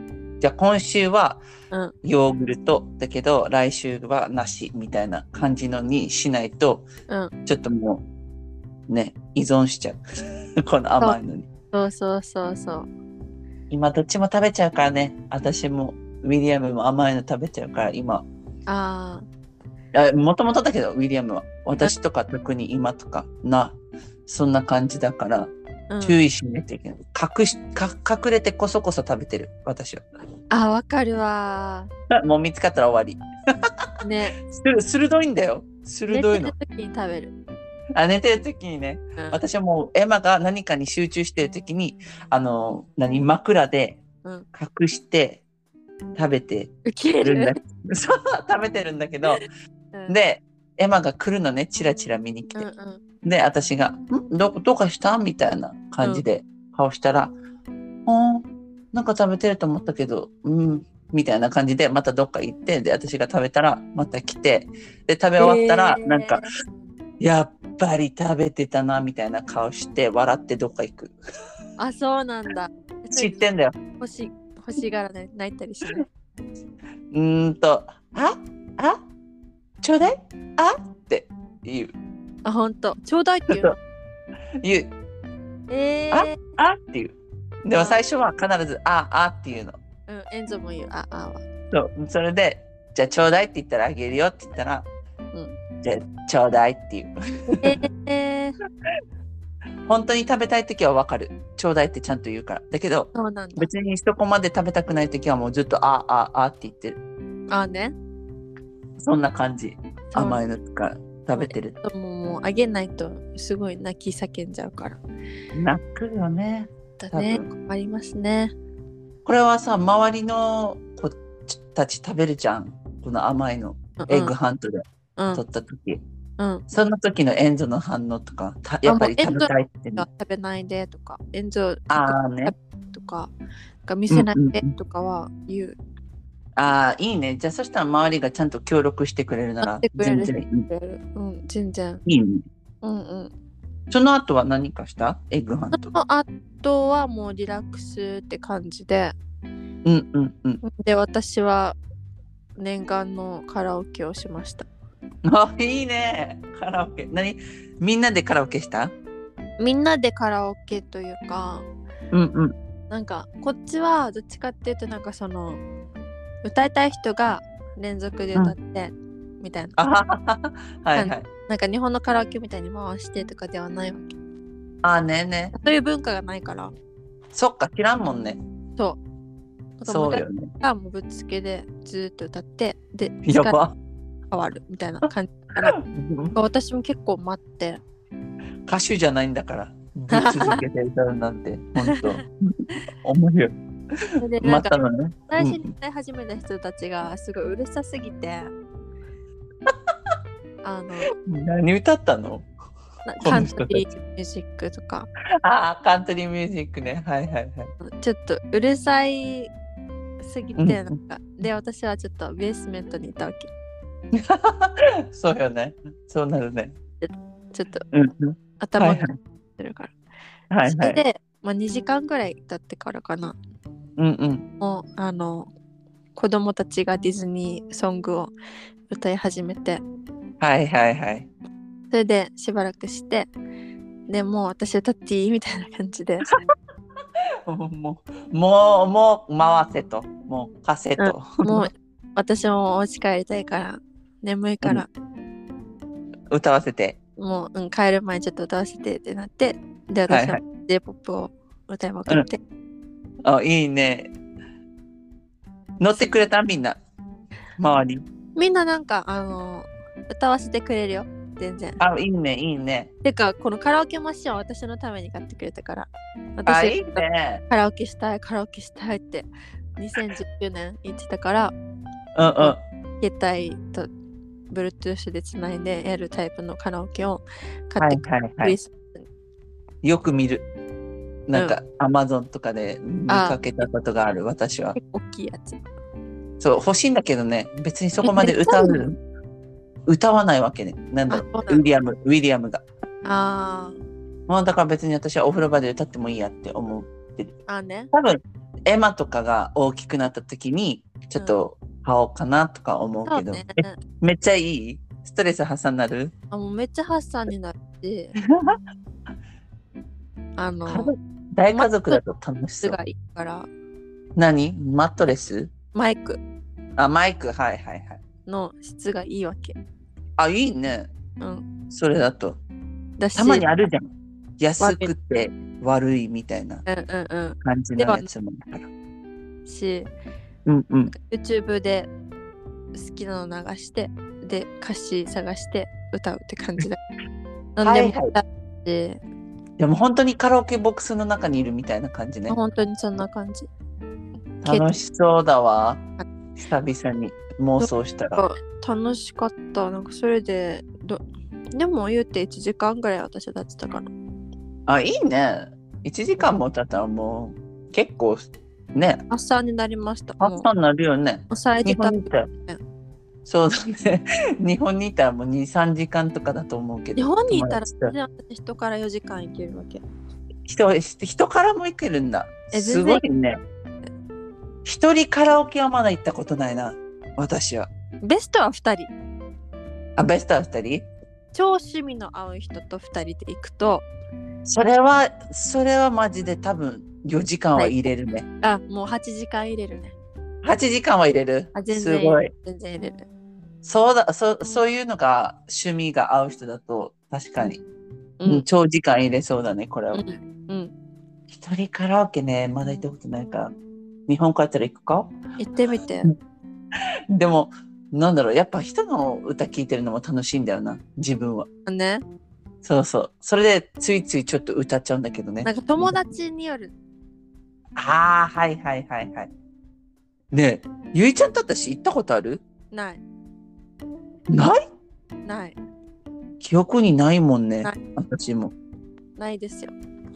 Speaker 2: じゃあ今週は
Speaker 1: うん、
Speaker 2: ヨーグルトだけど来週はなしみたいな感じのにしないと、
Speaker 1: うん、
Speaker 2: ちょっともうね依存しちゃうこの甘いのに。
Speaker 1: そうそうそうそう。
Speaker 2: 今どっちも食べちゃうからね。私もウィリアムも甘いの食べちゃうから今。
Speaker 1: あ
Speaker 2: あ、もともとだけどウィリアムは私とか特に今とかなそんな感じだから、
Speaker 1: あ、うん、
Speaker 2: 注意しないといけない。隠しか隠れてこそこそ食べてる私は。
Speaker 1: あ、わかるわ。
Speaker 2: もう見つかったら終わり。
Speaker 1: ね。
Speaker 2: 鋭いんだよ。鋭いの。
Speaker 1: 寝てる時に食べる。
Speaker 2: あ、寝てる時にね、
Speaker 1: うん、
Speaker 2: 私はもうエマが何かに集中してる時に、あの、何、枕で隠して食べてるんだ。そう、食べてるんだけど、うん、で、エマが来るのね、チラチラ見に来て。うんうん、で、私が、んど、どうかしたみたいな感じで顔したら、うん、なんか食べてると思ったけど、うん、みたいな感じで、またどっか行って、で、私が食べたら、また来て、で、食べ終わったら、なんか、えー、やっぱり食べてたな、みたいな顔して、笑ってどっか行く。
Speaker 1: あ、そうなんだ。
Speaker 2: 知ってんだよ。
Speaker 1: 欲し、欲しがらない、泣いたりしない。
Speaker 2: うーんと、ああちょうだいあって言う。
Speaker 1: あ、ほんと。ちょうだいって言うの
Speaker 2: 言う。
Speaker 1: えー、
Speaker 2: ああって言う。でも最初は必ずああって言うの。
Speaker 1: うん、エンゾも言う。ああは。
Speaker 2: そう。それで、じゃあちょうだいって言ったらあげるよって言ったら、うん、じゃあちょうだいって言う。
Speaker 1: えー、
Speaker 2: 本当に食べたいときはわかる。ちょうだいってちゃんと言うから。だけど、
Speaker 1: そうなんだ。
Speaker 2: 別にそこまで食べたくないときはもうずっとあああって言ってる。
Speaker 1: ああね。
Speaker 2: そんな感じ。甘いのとか食べてる。
Speaker 1: もうもうあげないとすごい泣き叫んじゃうから。
Speaker 2: 泣くよね。
Speaker 1: だね。ありますね。
Speaker 2: これはさ、周りの子たち食べるじゃん。この甘いの。うん、エッグハントで取ったとき。うん、その時のエンゾの反応とか、やっぱり食べたいって、
Speaker 1: ね。食べないでとか、エンゾ
Speaker 2: あー、ね、
Speaker 1: とか、見せないでとかは言う。うんうんうん、
Speaker 2: ああ、いいね。じゃあそしたら周りがちゃんと協力してくれるなら全然いい。
Speaker 1: うん、全然。
Speaker 2: いいね。
Speaker 1: うんうん。
Speaker 2: その後は何かしたエッグハント。
Speaker 1: その後はもうリラックスって感じで。
Speaker 2: うんうんうん。
Speaker 1: で、私は念願のカラオケをしました。
Speaker 2: あ、いいね。カラオケ。何？みんなでカラオケした？
Speaker 1: みんなでカラオケというか、
Speaker 2: うんうん。
Speaker 1: なんかこっちはどっちかっていうとなんかその歌いたい人が連続で歌って、うん、みたいな。
Speaker 2: あはいはい。
Speaker 1: なんか日本のカラオケみたいに回してとかではないわけ。
Speaker 2: あねね。
Speaker 1: そういう文化がないから。
Speaker 2: そっか、知らんもんね。
Speaker 1: そう。
Speaker 2: そうよね。
Speaker 1: がもうぶっつけでずっと歌ってで
Speaker 2: やば
Speaker 1: 変わるみたいな感じだから私も結構待って。
Speaker 2: 歌手じゃないんだからぶっ続けて歌うなんて本当思うよ。待ったのね。
Speaker 1: 最初に歌い始めた人たちがすごいうるさすぎて、うん、あの
Speaker 2: 何歌ったの？
Speaker 1: カントリーミュージックとか。
Speaker 2: ああ、カントリーミュージックね。はいはいはい。
Speaker 1: ちょっとうるさいすぎてなんか、うん、で私はちょっとベースメントにいたわけ。
Speaker 2: そうよね。そうなるね。
Speaker 1: ちょっと、うん、頭がってるから。はいはい、それで、まあ、にじかんぐらい経ってからかな。
Speaker 2: うんうん。
Speaker 1: もうあの子供たちがディズニーソングを歌い始めて。
Speaker 2: はいはいはい。
Speaker 1: それでしばらくしてでもう私歌っていいみたいな感じで
Speaker 2: もうもうもう回せともう貸せと、
Speaker 1: うん、もう私もお家帰りたいから眠いから、
Speaker 2: うん、歌わせて
Speaker 1: もう、うん、帰る前にちょっと歌わせてってなってで私は J-ポップ を歌いまくって、
Speaker 2: うん、あいいね。乗ってくれたみんな周り
Speaker 1: みんななんかあの歌わせてくれるよ全然。
Speaker 2: あ、いいねいいね。
Speaker 1: てかこのカラオケマシンは私のために買ってくれたから
Speaker 2: 私あいいね
Speaker 1: カラオケしたいカラオケしたいってにせんじゅうきゅうねん言ってたから
Speaker 2: うんうん
Speaker 1: 携帯と Bluetooth でつないでやるタイプのカラオケを買ってくれた、
Speaker 2: はいはいはい、よく見るなんか、うん、Amazon とかで見かけたことがある私は。
Speaker 1: 大きいやつ
Speaker 2: そう欲しいんだけどね別にそこまで歌う歌わないわけね。なんだろう、ウィリアム、ウィリアムが。
Speaker 1: ああ。
Speaker 2: もうだから別に私はお風呂場で歌ってもいいやって思ってる。
Speaker 1: あね。
Speaker 2: 多分エマとかが大きくなった時にちょっと買おうかなとか思うけど、
Speaker 1: うんね、
Speaker 2: め, めっちゃいいストレス発散になる。
Speaker 1: あもうめっちゃ発散になってあの
Speaker 2: 大家族だと楽しそう。
Speaker 1: がいいから
Speaker 2: 何マットレス
Speaker 1: マイク
Speaker 2: あマイクはいはいはい
Speaker 1: の質がいいわけ。
Speaker 2: あいいね、
Speaker 1: うん、
Speaker 2: それだと
Speaker 1: だした
Speaker 2: まにあるじゃん安くて悪いみたいな感じのやつもある
Speaker 1: し、
Speaker 2: うんうん、
Speaker 1: YouTube で好きなの流してで歌詞探して歌うって感じだ。なんでも歌って、はいはい、
Speaker 2: でも本当にカラオケボックスの中にいるみたいな感じね。
Speaker 1: 本当にそんな感じ。
Speaker 2: 楽しそうだわ。久々に妄想したら。
Speaker 1: 楽しかった。なんかそれでどでも言うていちじかんぐらい私だってたから。
Speaker 2: あいいね。いちじかんも経ったらもう結構ね。
Speaker 1: 朝になりました。
Speaker 2: 朝になるよね。
Speaker 1: 抑えてた。
Speaker 2: そうだね。日本にいたらもうに、さんじかんとかだと思うけど。
Speaker 1: 日本にいたら私人からよじかん行けるわけ。
Speaker 2: 人、人からも行けるんだ。すごいね。一人カラオケはまだ行ったことないな。私は。
Speaker 1: ベストはふたり。
Speaker 2: あ、ベストはふたり？
Speaker 1: 超趣味の合う人とふたりで行くと。
Speaker 2: それは、それはマジで多分よじかんは入れるね。
Speaker 1: はい、あ、もうはちじかん入れるね。
Speaker 2: はちじかんは入れる。
Speaker 1: あ、全然
Speaker 2: すごい。
Speaker 1: 全然入れる。
Speaker 2: そうだ、そ、そういうのが趣味が合う人だと確かに、うんうん、長時間入れそうだね、これは。うん。うん、一人カラオケね、まだ行ったことないから。日本帰ったら行くか？
Speaker 1: 行ってみて。
Speaker 2: でも、なんだろう、やっぱ人の歌聴いてるのも楽しいんだよな、自分は。
Speaker 1: ね。
Speaker 2: そうそう。それでついついちょっと歌っちゃうんだけどね。
Speaker 1: なんか友達による。
Speaker 2: ああ、はいはいはいはい。ねえ、ゆいちゃんと私行ったことある？
Speaker 1: ない。
Speaker 2: ない
Speaker 1: ない。
Speaker 2: 記憶にないもんね。私も。
Speaker 1: ないですよ。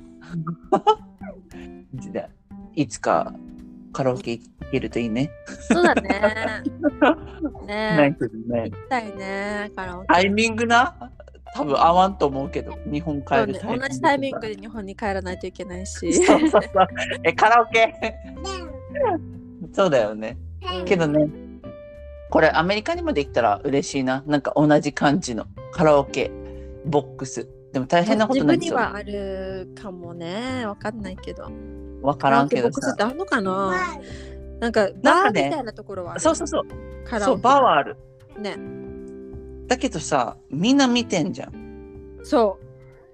Speaker 2: いつかカラオケ行けるといいね。
Speaker 1: そうだね。ね
Speaker 2: ないけどね。
Speaker 1: 行きたいね、カラオケ。
Speaker 2: タイミングな多分合わんと思うけど、日本帰るタイミング、
Speaker 1: ね、同じタイミングで日本に帰らないといけないし。
Speaker 2: そうそうそう。え、カラオケそうだよね。うん、けどね、これアメリカにもできたら嬉しいな。なんか同じ感じのカラオケボックス。でも大変なことないですよ。
Speaker 1: 自分にはあるかもね。わかんないけど。
Speaker 2: わからんけどさ。
Speaker 1: ボックスってあるのかな？なんかバーみたいなところはある。
Speaker 2: そうそうそう。そう、バーはある。
Speaker 1: ね。
Speaker 2: だけどさ、みんな見てんじゃん。
Speaker 1: そう。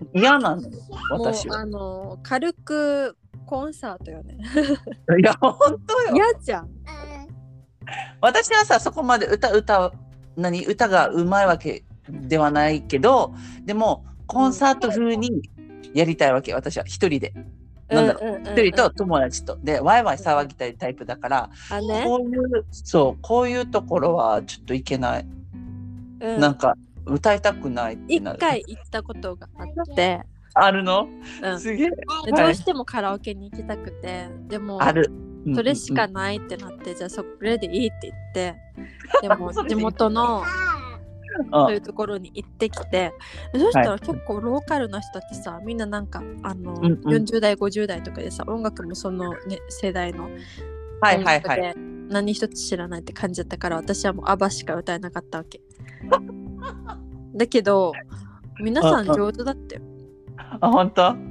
Speaker 2: 嫌なのよ、私は。
Speaker 1: あの、軽くコンサートよね。
Speaker 2: いや、本当よ。
Speaker 1: 嫌じゃん。
Speaker 2: 私はさ、そこまで歌、歌、何、歌がうまいわけではないけど、でも、コンサート風にやりたいわけ、私は一人で。なんだろう、一人と友達と。で、ワイワイ騒ぎたいタイプだから、
Speaker 1: あ、ね、
Speaker 2: こういう、そう、こういうところはちょっといけない。うん、なんか、歌いたくないってなる。
Speaker 1: 一回行ったことがあって。
Speaker 2: あるの、
Speaker 1: うん、
Speaker 2: すげえ。
Speaker 1: どうしてもカラオケに行きたくて、でも、
Speaker 2: ある。
Speaker 1: それしかないってなって、うんうん、じゃあそれでいいって言って、でも地元のそういうところに行ってきて、そしたら結構ローカルな人たちさ、みんななんかあの、うんうん、よんじゅう代ごじゅう代とかでさ、音楽もその、ね、世代の
Speaker 2: はいはいはい、
Speaker 1: 何一つ知らないって感じだったから、私はもうアバしか歌えなかったわけだけど皆さん上手だったよ。
Speaker 2: あ、本当？
Speaker 1: うん。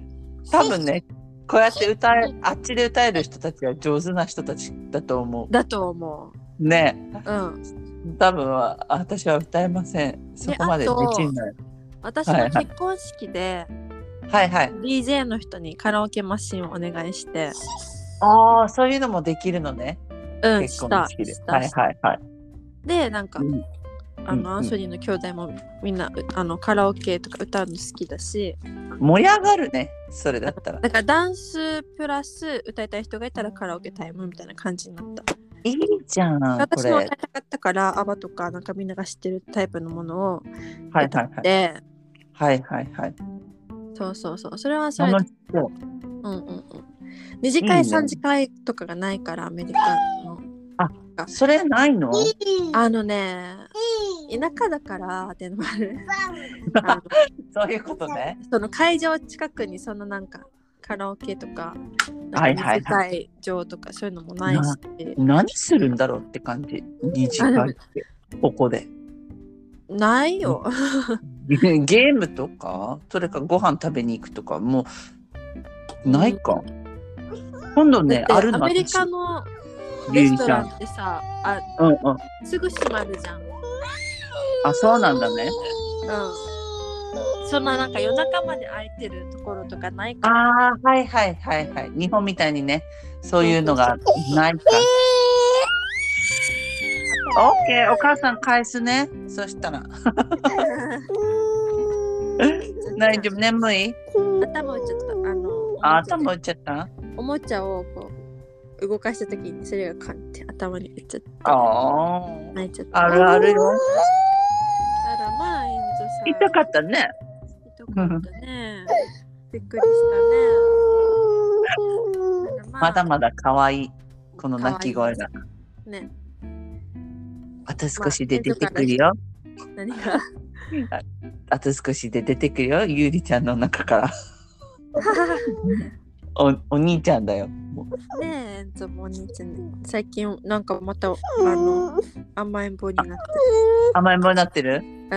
Speaker 2: 多分ね、こうやって歌え、あっちで歌える人たちは上手な人たちだと思う。
Speaker 1: だと思
Speaker 2: う。ね。
Speaker 1: うん。
Speaker 2: 多分は私は歌えません。そこまでできない。
Speaker 1: 私の結婚式で、
Speaker 2: はいはい。
Speaker 1: ディージェー の人にカラオケマシンをお願いして。
Speaker 2: ああ、そういうのもできるのね。
Speaker 1: うん、
Speaker 2: 結婚式で。はいはいはい。
Speaker 1: で、なんか、うんあの、うんうん、アンソニーの兄弟もみんなあのカラオケとか歌うの好きだし、
Speaker 2: 盛り上がるね、それだったら。
Speaker 1: だからダンスプラス歌いたい人がいたらカラオケタイムみたいな感じになった。
Speaker 2: いいじゃん。
Speaker 1: 私も歌いたかったからアバとかなんかみんなが知ってるタイプのものを歌って、
Speaker 2: はいはいはい。はいはいはい。
Speaker 1: そうそうそう。それはそれで。うんうんうん。にじかいさんじかいとかがないからアメリカの。
Speaker 2: あ、それないの？
Speaker 1: あのね、田舎だからっていうのもある。
Speaker 2: そういうことね。
Speaker 1: その会場近くにそのなんかカカラオケとか
Speaker 2: はいはい
Speaker 1: 二次会場とかそういうのもないし、
Speaker 2: 何するんだろうって感じ。二次会ってここで
Speaker 1: ないよ
Speaker 2: ゲームとかそれかご飯食べに行くとかもうないか、うん、今度ねあるの。
Speaker 1: アメリカのレストランってさ、あ、うんうん、すぐ閉まるじゃん。
Speaker 2: あ、そうなんだね。
Speaker 1: うん。そんななんか夜中まで空いてるところとかないか。
Speaker 2: ああ、はいはいはいはい。日本みたいにね、そういうのがないか。オッケー、お母さん返すね。そしたら。大丈夫、眠い？
Speaker 1: 頭打っちゃった。あの、
Speaker 2: あ、頭打っちゃった？
Speaker 1: おもちゃをこう動かしたときにそれがカンって頭に打っちゃった。
Speaker 2: ああ。
Speaker 1: 泣いちゃった。
Speaker 2: あるあるよ。
Speaker 1: あらまあ、エンゾ
Speaker 2: さん。痛かったね。
Speaker 1: 痛かったね。びっくりしたね。
Speaker 2: まだまだ可愛いこの鳴き声が。
Speaker 1: ね。
Speaker 2: あと少しで出てくるよ。
Speaker 1: 何が？
Speaker 2: あと少しで出てくるよ、ゆうりちゃんの中から。お, お兄ちゃんだよ。
Speaker 1: ねえ、エンゾもお兄ちゃん、ね、最近なんかまたあの甘えん坊になってる。
Speaker 2: 甘えん坊になってる？
Speaker 1: うん。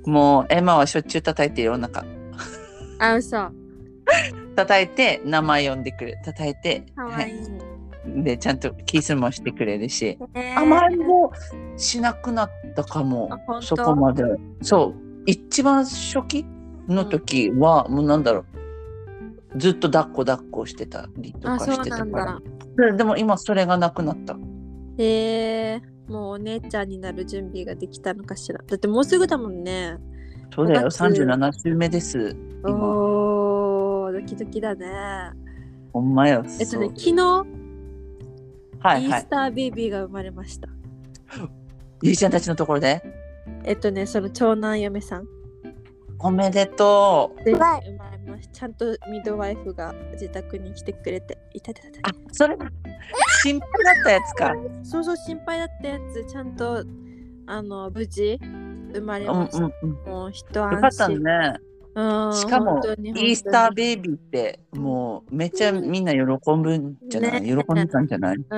Speaker 2: もうエマはしょっちゅう叩いてるお腹。
Speaker 1: あ、嘘。
Speaker 2: 叩いて名前呼んでくる。叩いて。
Speaker 1: かわいい。
Speaker 2: でちゃんとキスもしてくれるし、えー、甘えん坊しなくなったかも。そこまで。そう一番初期の時は、うん、もうなんだろう、ずっと抱っこ抱っこしてたりとかしてたから。で, でも今それがなくなった。
Speaker 1: へえー、もうお姉ちゃんになる準備ができたのかしら。だってもうすぐだもんね。
Speaker 2: そうだよ、さんじゅうなな週目です今。
Speaker 1: おー、ドキドキだね。
Speaker 2: ほんまよ。
Speaker 1: えっとね、昨日はいはい、イースターベイビーが生まれました。
Speaker 2: ゆいちゃんたちのところで？
Speaker 1: えっとね、その長男嫁さん。
Speaker 2: おめでとう。
Speaker 1: で、生まれました。ちゃんとミドワイフが自宅に来てくれて、いたたたた。
Speaker 2: あ、それ心配だったやつか。
Speaker 1: そうそう、心配だったやつ、ちゃんとあの無事生まれました。うんうんうん、もう一安心。
Speaker 2: よかったね。
Speaker 1: うん、
Speaker 2: しかもイースターベイビーってもうめっちゃみんな喜ぶんじゃない、ね、喜んでたんじゃない？うん。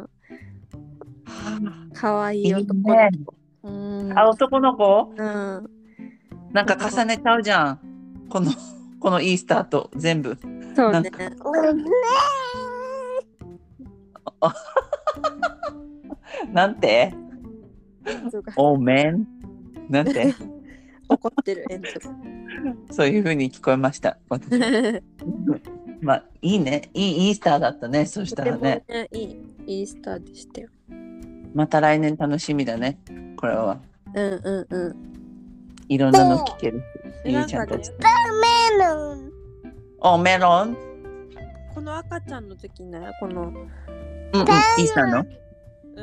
Speaker 1: かわいい男の子。いいね、
Speaker 2: うん、あ、男の子？うん。なんか重ねちゃうじゃん。このこのイースターと全部。
Speaker 1: そうね。
Speaker 2: なんて？おめん。なんて？
Speaker 1: 怒ってるエンゾ。
Speaker 2: そういう風に聞こえました。まあいいね、いいイースターだったね。そしたらね。
Speaker 1: ね、いいイースターでしたよ。
Speaker 2: また来年楽しみだね。これは。
Speaker 1: うんうんうん。
Speaker 2: いろんなの聞ける。ゆうちゃんたち。メロン。お、メロン。
Speaker 1: この赤ちゃんの時ね、この。
Speaker 2: うんうん、イースターの。
Speaker 1: うん、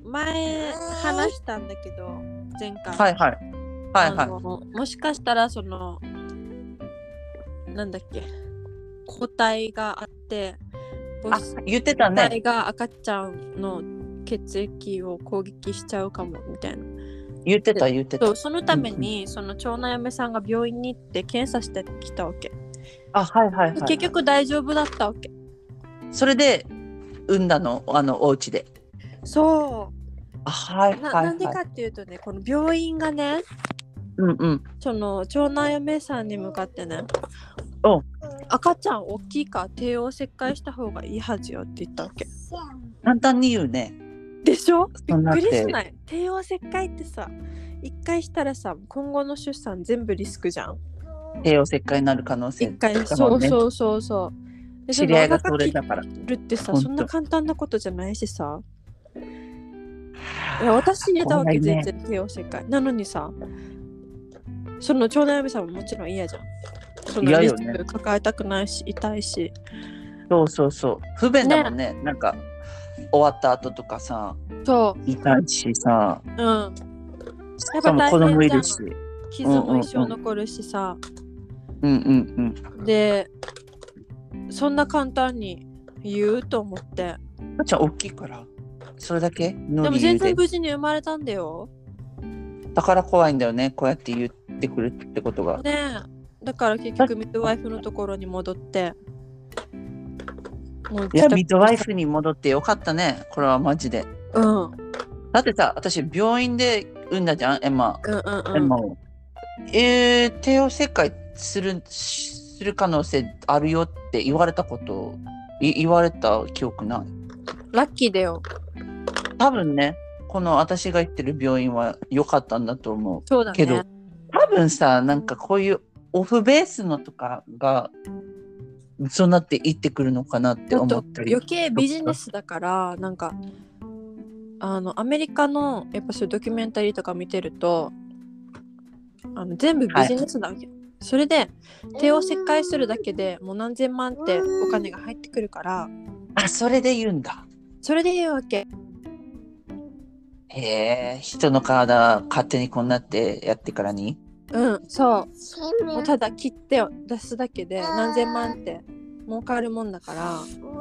Speaker 1: 前話したんだけど、前回。
Speaker 2: はいはい。はいはい。
Speaker 1: もしかしたらそのなんだっけ、抗体があって、
Speaker 2: あ、言ってたね。
Speaker 1: 抗体が赤ちゃんの血液を攻撃しちゃうかもみたいな。
Speaker 2: 言ってた言ってた。
Speaker 1: そう、そのために、うん、その長男嫁さんが病院に行って検査してきたわけ。
Speaker 2: あ、はいはいはい、はい。
Speaker 1: 結局大丈夫だったわけ。
Speaker 2: それで産んだの、あのお家で。
Speaker 1: そう。
Speaker 2: あ、はいはい、はい、
Speaker 1: な, なんでかっていうとね、この病院がね、
Speaker 2: うんうん、
Speaker 1: その長男嫁さんに向かってね、
Speaker 2: お
Speaker 1: 赤ちゃん大きいから帝王切開した方がいいはずよって言ったわけ。
Speaker 2: 簡単に言うね。
Speaker 1: でしょ？びっくりしない？帝王切開ってさ、一回したらさ、今後の出産全部リスクじゃん。
Speaker 2: 帝王切開になる可能性、
Speaker 1: ね、一回、そうそうそうそう。
Speaker 2: 知り合いがそれだから。
Speaker 1: るってさ、そんな簡単なことじゃないしさ。いや、私入れたわけ、ね、全然帝王切開なのにさ、その長男嫁さんももちろん嫌じゃん。そのリスク抱えたくないし、痛いし。
Speaker 2: そうそうそう、不便だもんね。ね、なんか終わった後とかさ、
Speaker 1: そう
Speaker 2: 痛いしさ、
Speaker 1: うん、や
Speaker 2: っぱ大変じゃん。
Speaker 1: 傷も一生残るしさ、
Speaker 2: うんうんうん、
Speaker 1: でそんな簡単に言うと思って。
Speaker 2: 赤ちゃん大きいからそれだけの
Speaker 1: でも全然無事に生まれたんだよ。
Speaker 2: だから怖いんだよね、こうやって言ってくるってことが
Speaker 1: ね。だから結局ミッドワイフのところに戻って、 もう
Speaker 2: いや、
Speaker 1: 自宅
Speaker 2: ミッドワイフに戻ってよかったね。これはマジで。
Speaker 1: うん。
Speaker 2: だってさ、私病院で産んだじゃん、エマ。
Speaker 1: うんうんうん。
Speaker 2: エマを。えー、帝王切開する、する可能性あるよって言われたことい言われた記憶ない。
Speaker 1: ラッキーだよ。
Speaker 2: 多分ね、この私が行ってる病院は良かったんだと思う。
Speaker 1: そうだね。
Speaker 2: けど、多分さ、なんかこういうオフベースのとかが、そうなって行ってくるのかなって思ったり。
Speaker 1: 余計ビジネスだから、なんか、あの、アメリカの、やっぱそういうドキュメンタリーとか見てると、あの全部ビジネスだわけ。はい、それで、帝王切開するだけでもう何千万ってお金が入ってくるから。
Speaker 2: あ、それで言うんだ。
Speaker 1: それで言うわけ。
Speaker 2: へえ、人の体勝手にこんなってやってからに。
Speaker 1: うん、そう。もうただ切って出すだけで何千万って儲かるもんだから。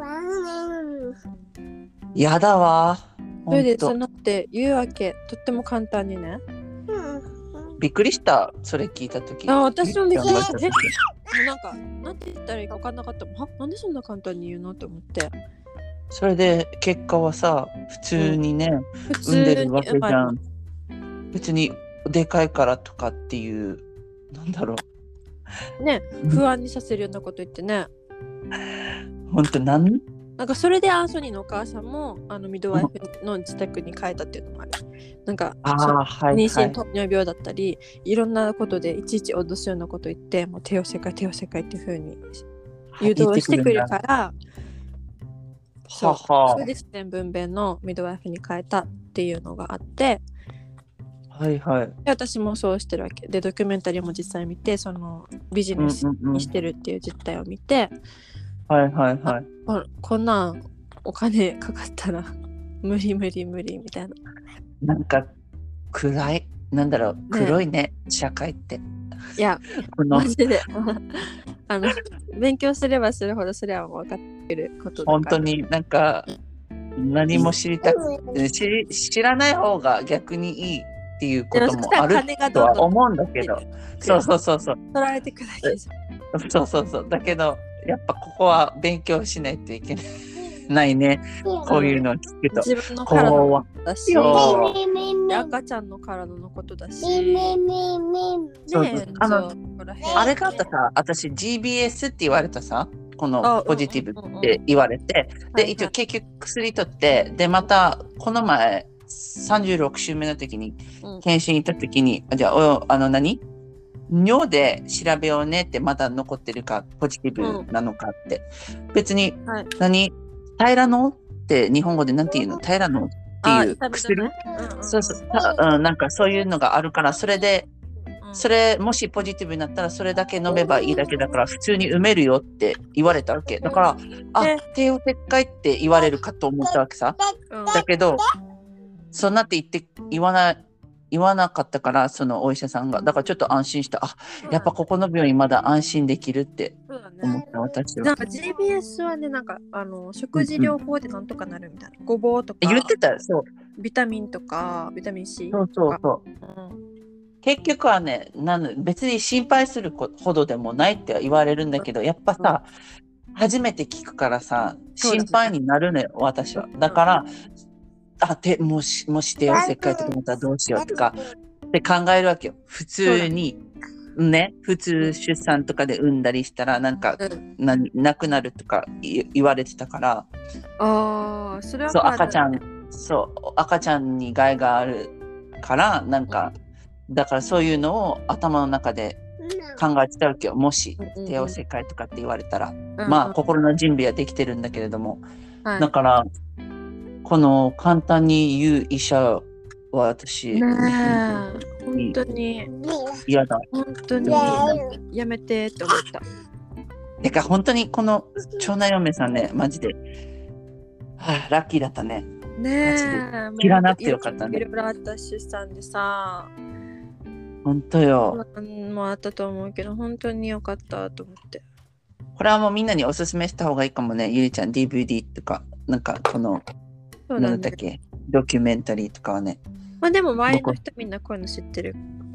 Speaker 2: やだわ。
Speaker 1: それでそうなって言うわけ。とっても簡単にね。
Speaker 2: びっくりした。それ聞いたとき。
Speaker 1: あ、私もびっくりした。え、なんかなんて言ったらいいか分かんなかったもん。は、なんでそんな簡単に言うのと思って。
Speaker 2: それで結果はさ、普通にね、うん、産んでるわけじゃん。別にでかいからとかっていう、なんだろ
Speaker 1: う。ね、不安にさせるようなこと言ってね。
Speaker 2: 本当なん
Speaker 1: なんかそれでアンソニーのお母さんもあのミドワイフの自宅に帰ったっていうのもある。なんか妊娠糖尿病だったり、いろんなことでいちいち脅すようなこと言って、もう帝王切開帝王切開っていう風に誘導してくるから、そう、それで自然分娩のミドワイフに変えたっていうのがあって、
Speaker 2: はいはい。
Speaker 1: で私もそうしてるわけで、ドキュメンタリーも実際見て、そのビジネスにしてるっていう実態を見て、
Speaker 2: うんうんうん、はいはいはい。
Speaker 1: こ, こんなんお金かかったら無理無理無理みたいな。
Speaker 2: なんか暗い、なんだろう、黒いね、ね社会って。
Speaker 1: いや、このマジであの勉強すればするほどそれは分かってることだから。
Speaker 2: 本当になんか何も知りたく知知らない方が逆にいいっていうこともあるとは思うんだけど、そうそうそうそう。
Speaker 1: 取られてくだけじ
Speaker 2: ゃん。そうそうそう。だけどやっぱここは勉強しないといけない。ないね。こういうのを聞くと。
Speaker 1: 自分の体のことだし、赤ちゃんの体のことだし。ね
Speaker 2: え、あの、あれがあったさ、私 ジービーエス って言われたさ、このポジティブって言われて、で、一応結局薬取って、で、またこの前さんじゅうろく週目の時に、検診行った時に、じゃあ、あの何尿で調べようねってまだ残ってるか、ポジティブなのかって。別に、何タイラノって日本語でなんて言うの？タイラノっていう薬、うんうん、そうそう、うん、なんかそういうのがあるから、それで、うん、それもしポジティブになったらそれだけ飲めばいいだけだから普通に埋めるよって言われたわけだから、あ、帝王切開って言われるかと思ったわけさ、うん、だけどそんなって言って言わない言わなかったから、そのお医者さんが。だからちょっと安心した。あ、やっぱここの病院まだ安心できるって思った、私は。
Speaker 1: なんか ジービーエス はね、なんかあの食事療法でなんとかなるみたいな。うん、ごぼうとか。
Speaker 2: 言ってた、そう。
Speaker 1: ビタミンとか、ビタミン C
Speaker 2: とか。そうそうそう。うん、結局はね、なん別に心配するほどでもないって言われるんだけど、やっぱさ、うん、初めて聞くからさ、心配になるのよ、私は。だから、あてもしもし帝王切開とか思ったらどうしようとかって考えるわけよ。普通にね、普通出産とかで産んだりしたらなんか、うん、な亡くなるとか言われてたから、
Speaker 1: あそれは
Speaker 2: そう赤ちゃんそう赤ちゃんに害があるからなんか、うん、だからそういうのを頭の中で考えてたわけよ。もし帝王切開とかって言われたら、うんうん、まあ心の準備はできてるんだけれども、はい、だからこの簡単に言う医者は私、
Speaker 1: ね、本当に
Speaker 2: 嫌だ。
Speaker 1: 本当にやめてって思った。
Speaker 2: てか本当にこの長男嫁さんね、マジで、はあ、ラッキーだったね。
Speaker 1: ねえ、
Speaker 2: 切らなくてよかったね。
Speaker 1: いろいろあった出産でさ。
Speaker 2: 本当よ。
Speaker 1: もあったと思うけど本当によかったと思って。
Speaker 2: これはもうみんなにおすすめした方がいいかもね。ゆりちゃん ディーブイディー とかなんかこの。何だっけ、ドキュメンタリーとかはね。
Speaker 1: まあでも周りの人みんなこういうの知ってる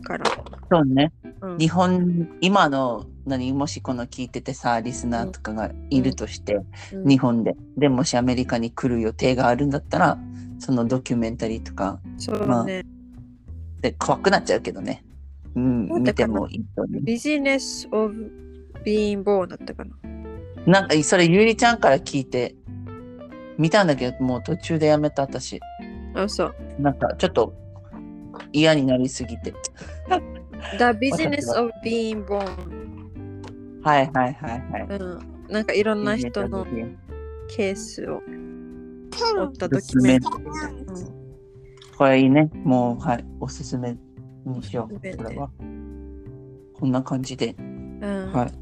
Speaker 1: から。
Speaker 2: そうね。
Speaker 1: うん、
Speaker 2: 日本、今の、何、もしこの聞いててさ、リスナーとかがいるとして、
Speaker 1: うん、
Speaker 2: 日本で。でもしアメリカに来る予定があるんだったら、そのドキュメンタリーとか、
Speaker 1: そうね。
Speaker 2: まあ、で怖くなっちゃうけどね。うん、見てもいいと思う。
Speaker 1: ビジネス・オブ・ビーン・ボーンだったかな。
Speaker 2: なんか、それ、ゆりちゃんから聞いて、見たんだけど、もう途中でやめた、私。
Speaker 1: あ、そう。
Speaker 2: なんか、ちょっと嫌になりすぎて。
Speaker 1: The Business of Being Born。
Speaker 2: はいはいはいはい。
Speaker 1: うん。なんかいろんな人のケースを追ったドキュメンタリーみたいな。うん、
Speaker 2: これいいね。もう、はい。おすすめにしよう。これは。こんな感じで。
Speaker 1: うん、
Speaker 2: はい。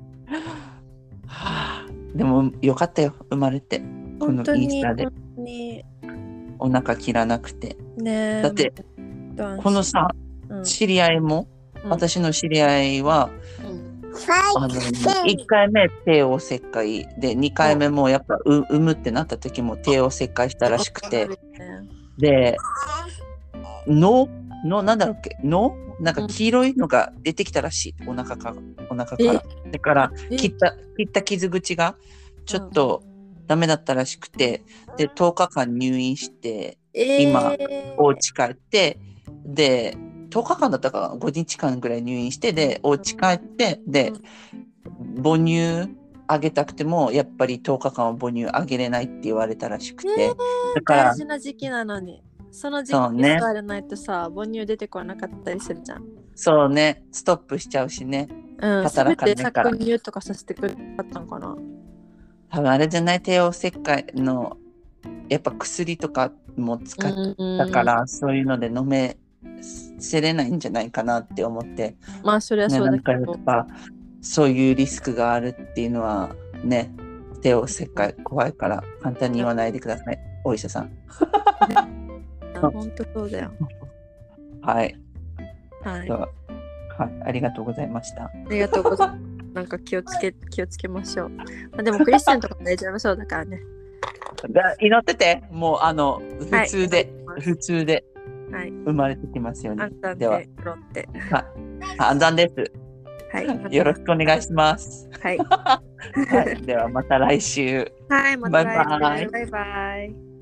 Speaker 2: はあ、でもよかったよ、生まれて。このインスタで。お腹切らなくて。
Speaker 1: ね、
Speaker 2: だって、このさ、うん、知り合いも、うん、私の知り合いは、うん、あのいっかいめ帝王切開で、にかいめもやっぱう産むってなった時も帝王切開したらしくて、で、脳のなんだろうっけ脳なんか黄色いのが出てきたらしい、お腹からお腹からだから切った切った傷口がちょっとダメだったらしくて、でとおかかん入院して、今お家帰ってでとおかかんだったかごにちかんぐらい入院して、でお家帰ってで母乳あげたくてもやっぱりとおかかんは母乳あげれないって言われたらしくて、
Speaker 1: えー、だから大事な時期なのにその時期に使われないとさ、ね、母乳出てこなかったりするじゃん。
Speaker 2: そうね、ストップしちゃうしね、
Speaker 1: うん、働かないから。搾乳とかさせてくれなかったのかな。
Speaker 2: 多分あれじゃない、帝王切開のやっぱ薬とかも使ったから、うん、そういうので飲めせれないんじゃないかなって思って。
Speaker 1: まあそれはそうだけど、ね、
Speaker 2: なんかやっぱそういうリスクがあるっていうのはね、帝王切開怖いから簡単に言わないでください、お医者さん。
Speaker 1: 本当そうだよ。
Speaker 2: はい。
Speaker 1: はい。
Speaker 2: はい、ありがとうございました。
Speaker 1: ありがとうございます。なんか気をつけ気をつけましょう。まあ、でもクリスチャンとか大丈夫そうだからね。
Speaker 2: 祈ってて、もうあの普通で、はい、普通で生まれてきますように。
Speaker 1: はい、
Speaker 2: では、
Speaker 1: って
Speaker 2: 安産です。はい。よろしくお願いします。
Speaker 1: はい。
Speaker 2: はい、ではまた来週。
Speaker 1: はい、また来週。バイバイ。バイバイ。